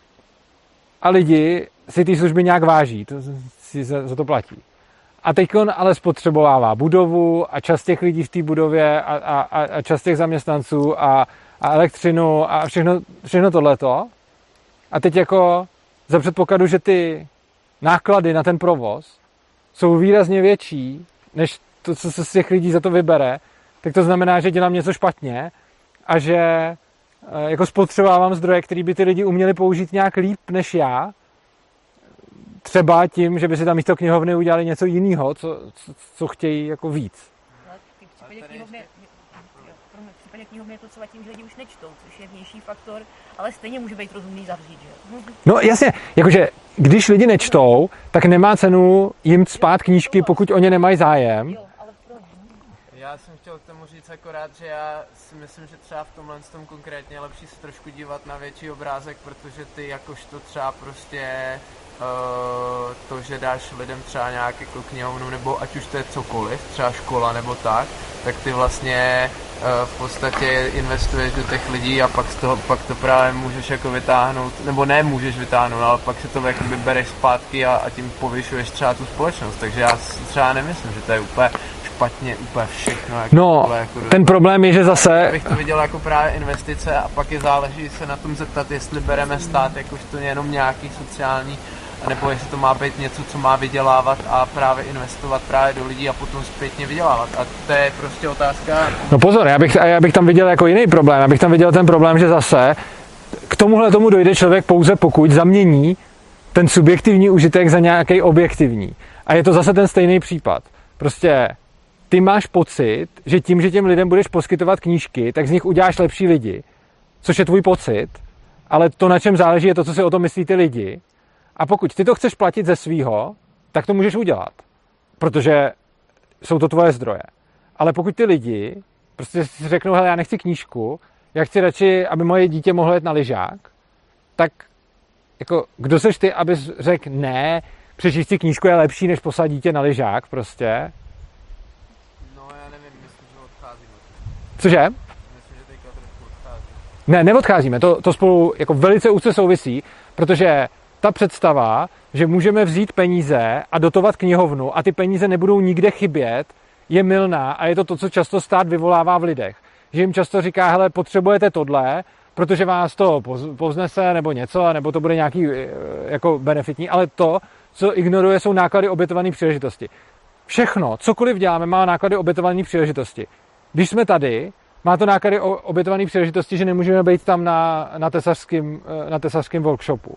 a lidi si ty služby nějak váží, to si za, za to platí. A teď on ale spotřebovává budovu a čas těch lidí v té budově a, a, a čas těch zaměstnanců a, a elektřinu a všechno, všechno tohleto. A teď jako za předpokladu, že ty náklady na ten provoz jsou výrazně větší, než to, co se z těch lidí za to vybere, tak to znamená, že dělám něco špatně a že jako spotřebávám zdroje, které by ty lidi uměli použít nějak líp než já. Třeba tím, že by si tam místo knihovny udělali něco jiného, co, co, co chtějí jako víc. případě knihovny, v případě knihovny je to třeba tím, že lidi už nečtou, což je vnější faktor, ale stejně může být rozumný zavřít, že? No jasně, jakože když lidi nečtou, tak nemá cenu jim spát knížky, pokud o ně nemají zájem. Já jsem chtěl k tomu říct akorát, že já si myslím, že třeba v tomhle tom konkrétně je lepší se trošku dívat na větší obrázek, protože ty jakožto třeba prostě uh, to, že dáš lidem třeba nějak jako knihovnu, nebo ať už to je cokoliv, třeba škola nebo tak, tak ty vlastně uh, v podstatě investuješ do těch lidí a pak z toho pak to právě můžeš jako vytáhnout, nebo ne můžeš vytáhnout, ale pak si to jakoby bereš zpátky a, a tím povyšuješ třeba tu společnost, takže já si třeba nemyslím, že to je úplně špatně, úplně všechno. Jako no, jako ten problém je, že zase... Bych to viděl jako právě investice a pak je záleží se na tom zeptat, jestli bereme stát jakožto jenom nějaký sociální, nebo jestli to má být něco, co má vydělávat a právě investovat právě do lidí a potom zpětně vydělávat. A to je prostě otázka... No pozor, já bych, já bych tam viděl jako jiný problém. Já bych tam viděl ten problém, že zase k tomuhle tomu dojde člověk pouze pokud zamění ten subjektivní užitek za nějaký objektivní. A je to zase ten stejný případ. Prostě ty máš pocit, že tím, že těm lidem budeš poskytovat knížky, tak z nich uděláš lepší lidi, což je tvůj pocit, ale to, na čem záleží, je to, co si o tom myslí ty lidi. A pokud ty to chceš platit ze svýho, tak to můžeš udělat, protože jsou to tvoje zdroje. Ale pokud ty lidi prostě si řeknou, hele, já nechci knížku, já chci radši, aby moje dítě mohlo jet na lyžák, tak jako, kdo seš ty, abys řekl, ne, přečíst si knížku je lepší, než poslat dítě na lyžák, prostě. Cože? Myslím, že teďka trošku odchází. Ne, neodcházíme, to, to spolu jako velice úzce souvisí, protože ta představa, že můžeme vzít peníze a dotovat knihovnu a ty peníze nebudou nikde chybět, je mylná a je to to, co často stát vyvolává v lidech. Že jim často říká, hele, potřebujete tohle, protože vás to povznese nebo něco, nebo to bude nějaký jako benefitní, ale to, co ignoruje, jsou náklady obětované příležitosti. Všechno, cokoliv děláme, má náklady obětované příležitosti. Když jsme tady, má to náklady obětované příležitosti, že nemůžeme být tam na, na, tesařském, na tesařském workshopu.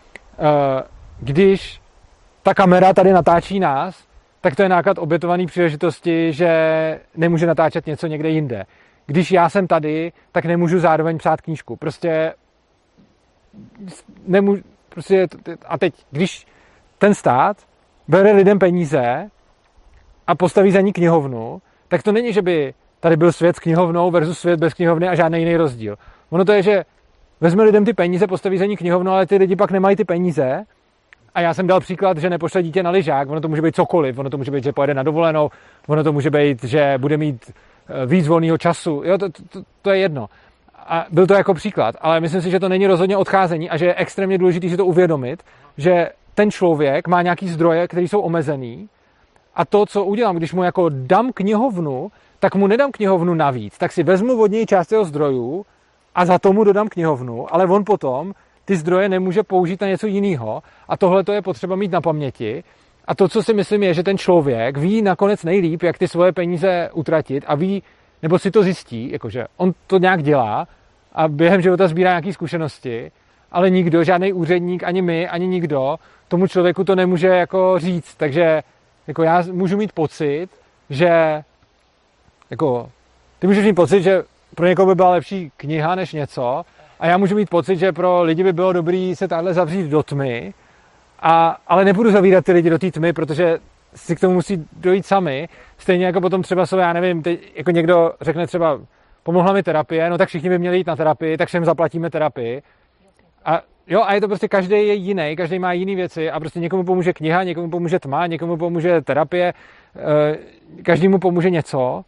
Když ta kamera tady natáčí nás, tak to je náklad obětované příležitosti, že nemůže natáčet něco někde jinde. Když já jsem tady, tak nemůžu zároveň psát knížku. Prostě nemůžu, prostě, a teď, když ten stát bere lidem peníze a postaví za ní knihovnu, tak to není, že by tady byl svět s knihovnou versus svět bez knihovny a žádný jiný rozdíl. Ono to je, že vezme lidem ty peníze, postaví za ní knihovnu, ale ty lidi pak nemají ty peníze. A já jsem dal příklad, že nepošle dítě na lyžák, ono to může být cokoliv, ono to může být, že pojede na dovolenou, ono to může být, že bude mít víc volného času, jo, to, to, to je jedno. A byl to jako příklad, ale myslím si, že to není rozhodně odcházení a že je extrémně důležité si to uvědomit, že ten člověk má nějaký zdroje, které jsou omezený a to, co udělám, když mu jako dám knihovnu, tak mu nedám knihovnu navíc, tak si vezmu od něj část jeho zdrojů a za tomu dodám knihovnu, ale on potom ty zdroje nemůže použít na něco jiného a tohle to je potřeba mít na paměti. A to, co si myslím, je, že ten člověk ví nakonec nejlíp, jak ty svoje peníze utratit a ví, nebo si to zjistí, jakože on to nějak dělá a během života sbírá nějaké zkušenosti, ale nikdo, žádný úředník, ani my, ani nikdo tomu člověku to nemůže jako říct. Takže jako já můžu mít pocit, že jako, ty můžeš mít pocit, že pro někoho by byla lepší kniha než něco a já můžu mít pocit, že pro lidi by bylo dobré se tahle zavřít do tmy, a, ale nebudu zavírat ty lidi do té tmy, protože si k tomu musí dojít sami. Stejně jako potom třeba jsou, já nevím, teď, jako někdo řekne třeba, pomohla mi terapie, no tak všichni by měli jít na terapii, tak všem zaplatíme terapii. A jo, a je to prostě, každý je jiný, každý má jiné věci a prostě někomu pomůže kniha, někomu pomůže tma, někomu pomůže terapie, každému pomůže něco.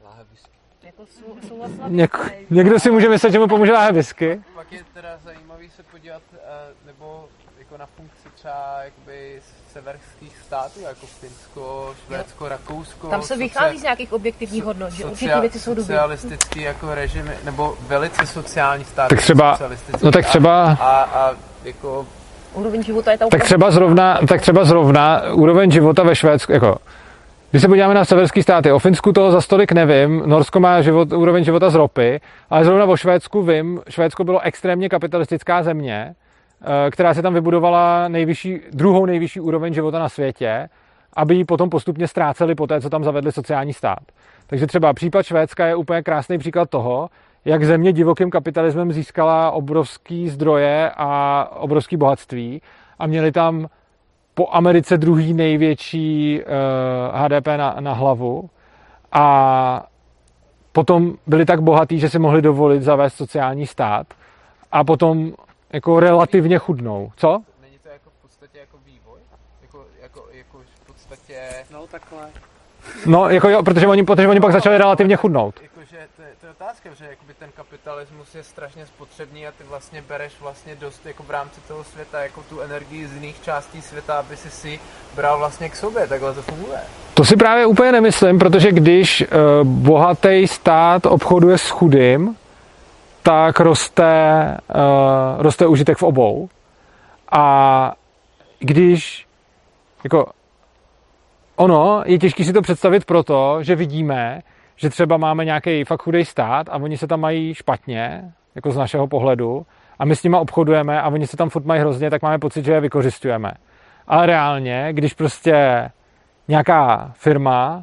Něk, někdo si může myslet, že mu pomůže láhev whisky. Pak je teda zajímavý se podívat, nebo jako na funkci třeba jakoby severských států, jako Finsko, Švédsko, Rakousko. Tam se vychází z nějakých objektivních hodnot, že určitě věci jsou dobré. Socialistický jako režimy, nebo velice sociální státy. Tak třeba, no tak třeba... A, a jako... Úroveň života je ta tak třeba zrovna, tak třeba zrovna úroveň života ve Švédsku, jako... Když se podíváme na severské státy, o Finsku toho za stolik nevím, Norsko má život, úroveň života z ropy, ale zrovna o Švédsku vím, Švédsko bylo extrémně kapitalistická země, která se tam vybudovala nejvyšší, druhou nejvyšší úroveň života na světě, aby ji potom postupně ztráceli po té, co tam zavedli sociální stát. Takže třeba případ Švédska je úplně krásný příklad toho, jak země divokým kapitalismem získala obrovský zdroje a obrovský bohatství a měli tam po Americe druhý největší uh, H D P na, na hlavu a potom byli tak bohatí, že si mohli dovolit zavést sociální stát a potom jako relativně chudnou. Co? Není to jako v podstatě jako vývoj? Jako, jako, jako v podstatě... No takhle. No, jako jo, protože oni, protože oni pak začali relativně chudnout. Jakože to, to je otázka, že jakoby ten kapitalismus je strašně spotřebný a ty vlastně bereš vlastně dost jako v rámci toho světa jako tu energii z jiných částí světa, aby si si bral vlastně k sobě, takhle to funguje. To si právě úplně nemyslím, protože když uh, bohatý stát obchoduje s chudým, tak roste, uh, roste užitek v obou. A když jako ono je těžké si to představit proto, že vidíme, že třeba máme nějaký fakt chudý stát a oni se tam mají špatně, jako z našeho pohledu, a my s nima obchodujeme a oni se tam furt mají hrozně, tak máme pocit, že je vykořisťujeme. Ale reálně, když prostě nějaká firma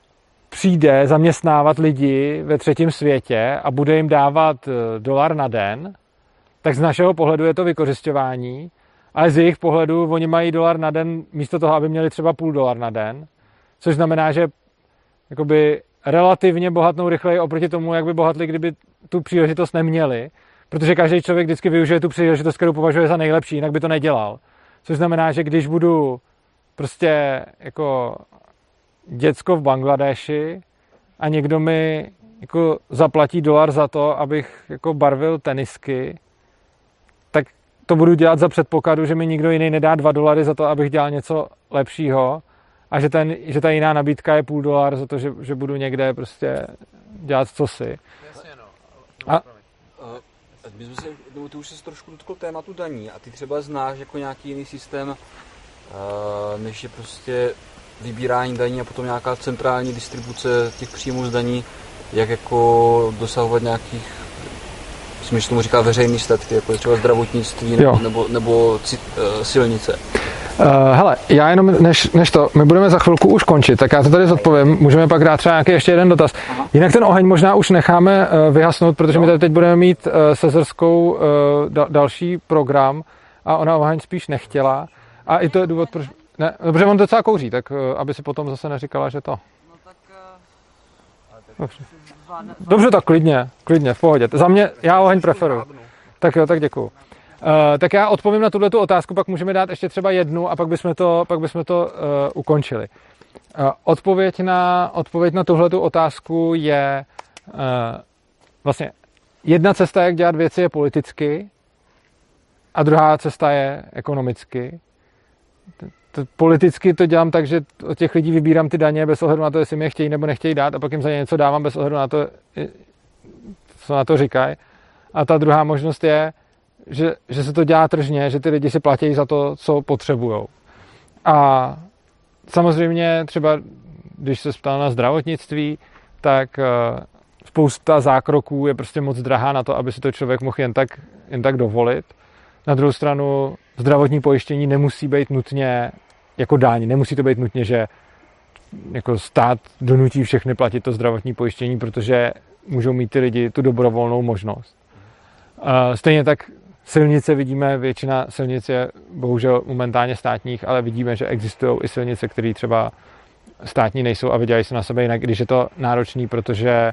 přijde zaměstnávat lidi ve třetím světě a bude jim dávat dolar na den, tak z našeho pohledu je to vykořisťování, ale z jejich pohledu oni mají dolar na den místo toho, aby měli třeba půl dolar na den, což znamená, že jakoby relativně bohatnou rychleji oproti tomu, jak by bohatli, kdyby tu příležitost neměli, protože každý člověk vždycky využije tu příležitost, kterou považuje za nejlepší, jinak by to nedělal. Což znamená, že když budu prostě jako děcko v Bangladeši a někdo mi jako zaplatí dolar za to, abych jako barvil tenisky, tak to budu dělat za předpokladu, že mi nikdo jiný nedá dva dolary za to, abych dělal něco lepšího a že, ten, že ta jiná nabídka je půl dolar za to, že, že budu někde prostě dělat cosi. Jasně, no. A, uh, my jsme se, no, ty už jsi trošku dotkl tématu daní a ty třeba znáš jako nějaký jiný systém, uh, než je prostě vybírání daní a potom nějaká centrální distribuce těch příjmů z daní, jak jako dosahovat nějakých, myslím, že tomu říká veřejný statky, jako třeba zdravotnictví nebo, nebo, nebo cit, uh, silnice. Uh, hele, já jenom, než, než to, my budeme za chvilku už končit, tak já to tady zodpovím, můžeme pak dát třeba nějaký ještě jeden dotaz. Aha. Jinak ten oheň možná už necháme uh, vyhasnout, protože no. my tady teď budeme mít uh, se Zerskou uh, da, další program a ona oheň spíš nechtěla a i to je důvod, proč... Ne, dobře, on docela kouří, tak uh, aby si potom zase neříkala, že to... No tak... Uh... Dobře. Dobře, tak klidně, klidně, v pohodě. Za mě, já oheň preferuju. Tak jo, tak děkuju. Uh, tak já odpovím na tuhletu otázku, pak můžeme dát ještě třeba jednu a pak bychom to, pak bychom to uh, ukončili. Uh, odpověď na, odpověď na tuhletu otázku je uh, vlastně jedna cesta, jak dělat věci, je politicky a druhá cesta je ekonomicky. To, politicky to dělám tak, že od těch lidí vybírám ty daně bez ohledu na to, jestli mi je chtějí nebo nechtějí dát a pak jim za ně něco dávám bez ohledu na to, co na to říkají. A ta druhá možnost je, že, že se to dělá tržně, že ty lidi si platí za to, co potřebujou. A samozřejmě třeba, když se ptal na zdravotnictví, tak spousta zákroků je prostě moc drahá na to, aby si to člověk mohl jen tak, jen tak dovolit. Na druhou stranu zdravotní pojištění nemusí být nutně jako daň, nemusí to být nutně, že jako stát donutí všechny platit to zdravotní pojištění, protože můžou mít ty lidi tu dobrovolnou možnost. Stejně tak silnice vidíme, většina silnic je bohužel momentálně státních, ale vidíme, že existují i silnice, které třeba státní nejsou a vydělají se na sebe jinak, když je to náročný, protože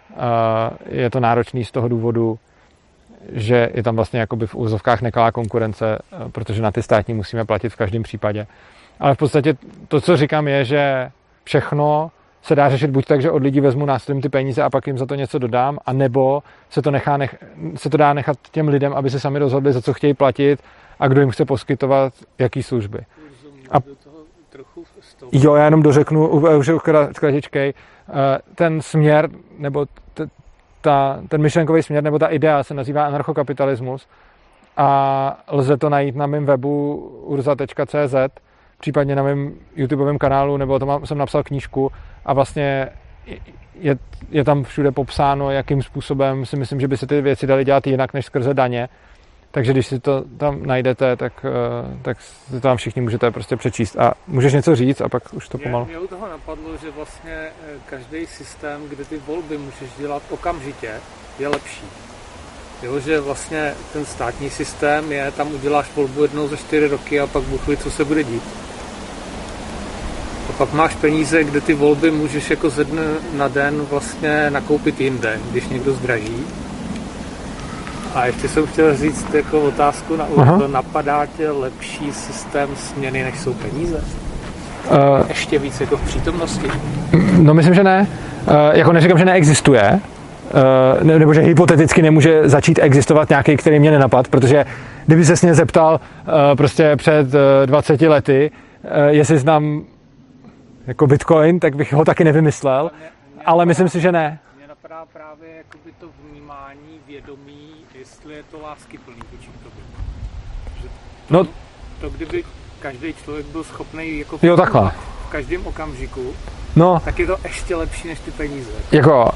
je to náročný z toho důvodu, že je tam vlastně jakoby v úvozovkách nekalá konkurence, protože na ty státní musíme platit v každém případě. Ale v podstatě to, co říkám, je, že všechno se dá řešit buď tak, že od lidí vezmu následně ty peníze a pak jim za to něco dodám, anebo se to, nechá nech, se to dá nechat těm lidem, aby se sami rozhodli, za co chtějí platit a kdo jim chce poskytovat jaký služby. A jo, já jenom dořeknu, už kratičkej, ten směr, nebo t, ta, ten myšlenkový směr, nebo ta idea se nazývá anarchokapitalismus a lze to najít na mém webu urza tečka cé zet, případně na mém YouTubeovém kanálu, nebo to mám, jsem napsal knížku a vlastně je, je tam všude popsáno, jakým způsobem si myslím, že by se ty věci daly dělat jinak než skrze daně. Takže když si to tam najdete, tak, tak si to tam všichni můžete prostě přečíst a můžeš něco říct a pak už to pomalu. Mě u toho napadlo, že vlastně každý systém, kde ty volby můžeš dělat okamžitě, je lepší. Jo, že vlastně ten státní systém je, tam uděláš volbu jednou za čtyři roky a pak buchli, co se bude dít. A pak máš peníze, kde ty volby můžeš jako ze dne na den vlastně nakoupit jinde, když někdo zdraží. A ještě jsem chtěl říct jako otázku na úvod, napadá tě lepší systém směny, než jsou peníze? Uh, ještě víc jako v přítomnosti? No myslím, že ne. Uh, jako neříkám, že neexistuje. Uh, nebo že hypoteticky nemůže začít existovat nějaký, který mě nenapad, protože kdyby se s mě zeptal uh, prostě před uh, dvaceti lety, uh, jestli znám jako Bitcoin, tak bych ho taky nevymyslel, mě, mě ale napadá, myslím si, že ne. Mě napadá právě jakoby to vnímání, vědomí, jestli je to láskyplný vůči tobě. Že to, no, to, kdyby každý člověk byl schopný jako jo, takhle. v každém okamžiku, no, tak je to ještě lepší než ty peníze. Jako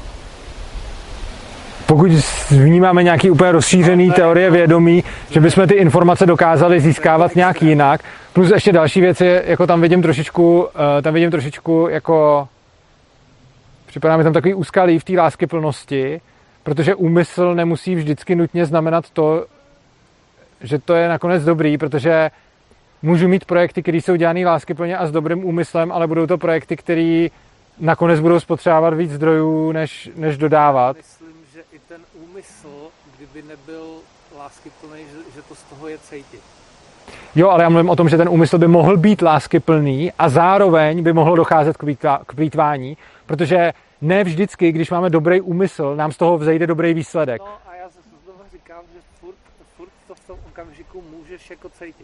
pokud vnímáme nějaký úplně rozšířený no, teorie to, vědomí, že bychom ty informace dokázali získávat nějak jinak. Plus ještě další věc je, jako tam vidím trošičku, tam vidím trošičku jako, připadá mi tam takový úskalí v té láskyplnosti, protože úmysl nemusí vždycky nutně znamenat to, že to je nakonec dobrý, protože můžu mít projekty, které jsou dělané láskyplně a s dobrým úmyslem, ale budou to projekty, které nakonec budou spotřebovat víc zdrojů, než, než dodávat. Myslím, že i ten úmysl, kdyby nebyl láskyplný, že, že to z toho je cítit. Jo, ale já mluvím o tom, že ten úmysl by mohl být láskyplný a zároveň by mohlo docházet k plýtvání, protože ne vždycky, když máme dobrý úmysl, nám z toho vzejde dobrý výsledek. No a já zase znovu říkám, že furt, furt to v tom okamžiku můžeš jako cítit.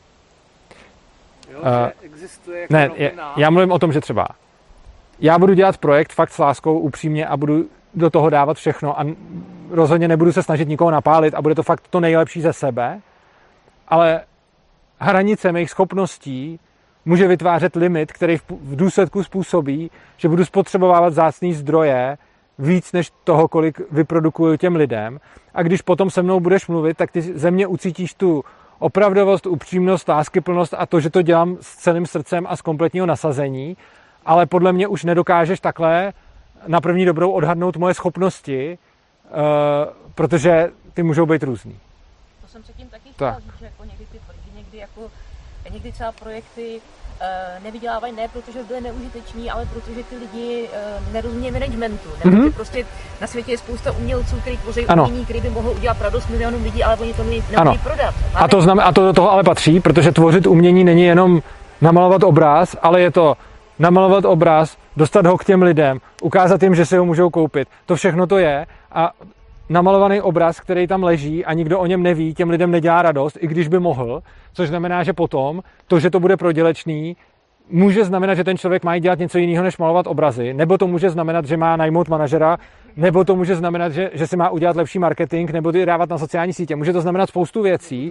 Jo, uh, že existuje jako ne, rovina. Já mluvím o tom, že třeba já budu dělat projekt fakt s láskou, upřímně a budu do toho dávat všechno a rozhodně nebudu se snažit nikoho napálit a bude to fakt to nejlepší ze sebe, ale hranice mých schopností může vytvářet limit, který v důsledku způsobí, že budu spotřebovávat vzácný zdroje víc než toho, kolik vyprodukuju těm lidem. A když potom se mnou budeš mluvit, tak ty ze mě ucítíš tu opravdovost, upřímnost, láskyplnost a to, že to dělám s celým srdcem a z kompletního nasazení, ale podle mě už nedokážeš takhle na první dobrou odhadnout moje schopnosti, uh, protože ty můžou být různý. To jsem předtím taky chtěla tak. říct, že jako někdy ty tvrdí, někdy, jako, někdy třeba projekty uh, nevydělávají ne protože byly neužiteční, ale protože ty lidi uh, nerozumějí managementu. Nebo mm-hmm. prostě na světě je spousta umělců, který tvoří umění, který by mohlo udělat radost milionům lidí, ale oni to neumí prodat. Máme... A, to znam, a to do toho ale patří, protože tvořit umění není jenom namalovat obraz, ale je to namalovat obraz, dostat ho k těm lidem, ukázat jim, že si ho můžou koupit. To všechno to je a namalovaný obraz, který tam leží a nikdo o něm neví, těm lidem nedělá radost, i když by mohl, což znamená, že potom to, že to bude prodělečný, může znamenat, že ten člověk má dělat něco jiného, než malovat obrazy, nebo to může znamenat, že má najmout manažera, nebo to může znamenat, že, že si má udělat lepší marketing, nebo to dávat na sociální sítě. Může to znamenat spoustu věcí.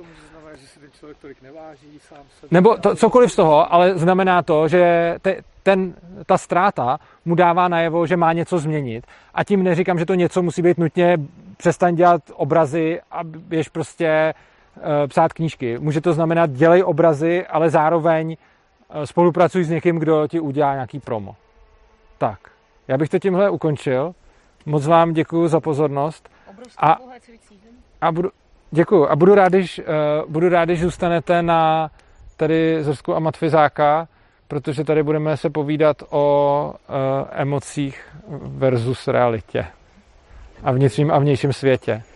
Nebo to, cokoliv z toho, ale znamená to, že te, ten, ta ztráta mu dává najevo, že má něco změnit. A tím neříkám, že to něco musí být nutně přestaň dělat obrazy a běž prostě uh, psát knížky. Může to znamenat dělej obrazy, ale zároveň uh, spolupracuj s někým, kdo ti udělá nějaký promo. Tak, já bych to tímhle ukončil. Moc vám děkuju za pozornost. A, a budu, děkuju. A budu rád, když, uh, budu rád, když zůstanete na tady Zrsku a Matfizáka, protože tady budeme se povídat o uh, emocích versus realitě a vnitřním a vnějším světě.